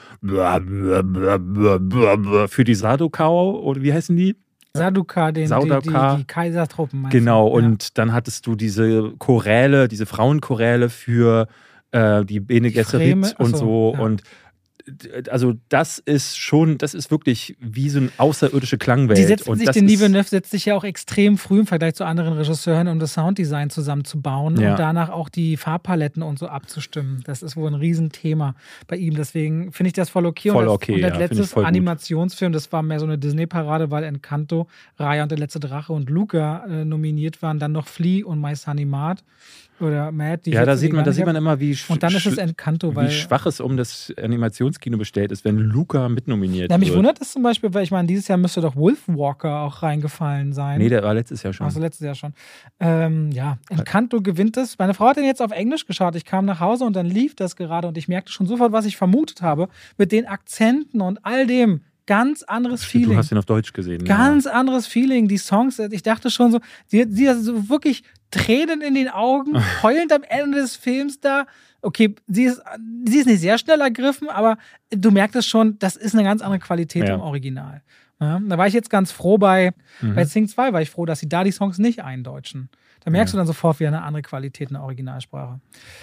für die Sadokau oder wie heißen die? Saduka, die Kaisertruppen. meinst Genau, du? Ja. und dann hattest du diese Choräle, diese Frauenchoräle für die Bene Gesserit Freme, und achso, so. ja. Und also das ist wirklich wie so eine außerirdische Klangwelt. Die setzen und sich, das Denis ist- Villeneuve setzt sich ja auch extrem früh im Vergleich zu anderen Regisseuren, um das Sounddesign zusammenzubauen Ja. und danach auch die Farbpaletten und so abzustimmen. Das ist wohl ein Riesenthema bei ihm. Deswegen finde ich das voll okay. Voll und okay, und der ja, finde ich letzte voll gut. Animationsfilm, das war mehr so eine Disney-Parade, weil Encanto, Raya und der letzte Drache und Luca nominiert waren. Dann noch Flea und My Sunny Matt. Oder Matt. Ja, da sieht man immer, wie Und dann ist es Encanto, weil. wie schwach es um das Animationskino bestellt ist, wenn Luca mitnominiert Ja, mich wird. wundert es zum Beispiel, weil ich meine, dieses Jahr müsste doch Wolfwalker auch reingefallen sein. Nee, der war letztes Jahr schon. Also letztes Jahr schon. Ja, Encanto gewinnt es. Meine Frau hat den jetzt auf Englisch geschaut. Ich kam nach Hause und dann lief das gerade und ich merkte schon sofort, was ich vermutet habe. Mit den Akzenten und all dem. Ganz anderes Feeling. Du hast ihn auf Deutsch gesehen. Ganz anderes Feeling. Die Songs, ich dachte schon so, sie hat so wirklich Tränen in den Augen, heulend am Ende des Films da. Okay, sie ist nicht sehr schnell ergriffen, aber du merktest schon, das ist eine ganz andere Qualität Ja. im Original. Ja, da war ich jetzt ganz froh bei Sing 2, war ich froh, dass sie da die Songs nicht eindeutschen. Da merkst du dann sofort wieder eine andere Qualität in der Originalsprache.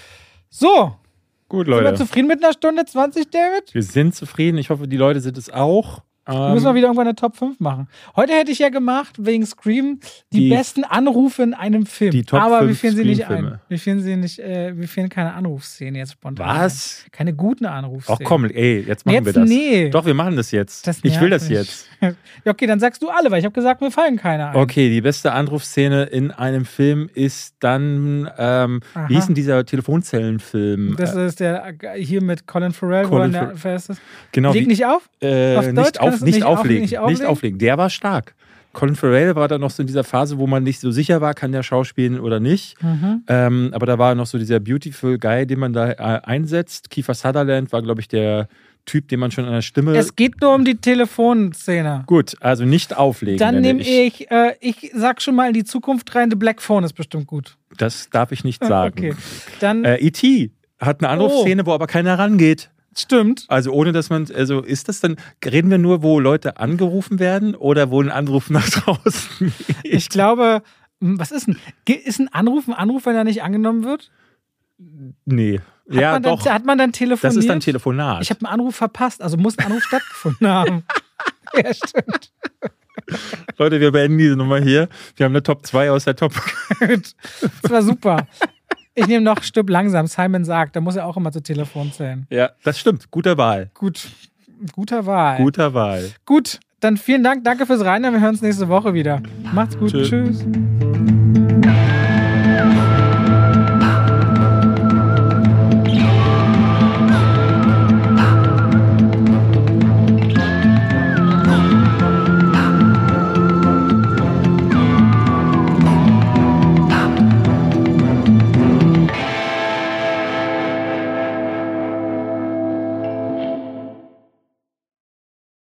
So, Gut, sind wir Leute. zufrieden mit einer Stunde 20, David? Wir sind zufrieden. Ich hoffe, die Leute sind es auch. Wir müssen mal wieder irgendwann eine Top 5 machen. Heute hätte ich ja gemacht, wegen Scream, die besten Anrufe in einem Film. Die Top Aber 5 wir finden sie nicht Scream-Filme. ein. Wir finden keine Anrufszene jetzt spontan. Was? Ein. Keine guten Anrufszenen. Ach komm, ey, jetzt machen wir Jetzt das. nee. Doch, wir machen das jetzt. Das Ich will nervt das mich. jetzt. Ja, okay, dann sagst du alle, weil ich habe gesagt, mir fallen keine ein. Okay, die beste Anrufszene in einem Film ist dann, wie hieß denn dieser Telefonzellenfilm? Das ist der hier mit Colin Farrell, Colin wo Farrell. er ist. Genau, Leg nicht auf? Auf Deutsch nicht kannst du auflegen. nicht auflegen? Der war stark. Colin Farrell war da noch so in dieser Phase, wo man nicht so sicher war, kann der schauspielen oder nicht. Aber da war noch so dieser Beautiful Guy, den man da einsetzt. Kiefer Sutherland war, glaube ich, der Typ, den man schon an der Stimme... Es geht nur um die Telefonszene. Gut, also nicht auflegen. Dann nehme ich sag schon mal in die Zukunft rein, The Black Phone ist bestimmt gut. Das darf ich nicht sagen. Okay, dann... E.T. hat eine Anrufszene, wo aber keiner rangeht. Stimmt. Also ohne, dass man, also ist das dann, reden wir nur, wo Leute angerufen werden oder wo ein Anruf nach draußen geht? Ich glaube, was ist denn? Ist ein Anruf, wenn er nicht angenommen wird? Nee. Hat man dann telefoniert? Das ist dann Telefonat. Ich habe einen Anruf verpasst, also muss ein Anruf stattgefunden haben. Ja, stimmt. Leute, wir beenden diese Nummer hier. Wir haben eine Top 2 aus der Top. Das war super. Ich nehme noch Stirb langsam. Simon sagt, da muss er auch immer zu Telefon zählen. Ja, das stimmt. Guter Wahl. Guter Wahl. Gut, dann vielen Dank. Danke fürs Reinhören. Wir hören uns nächste Woche wieder. Macht's gut. Tschüss.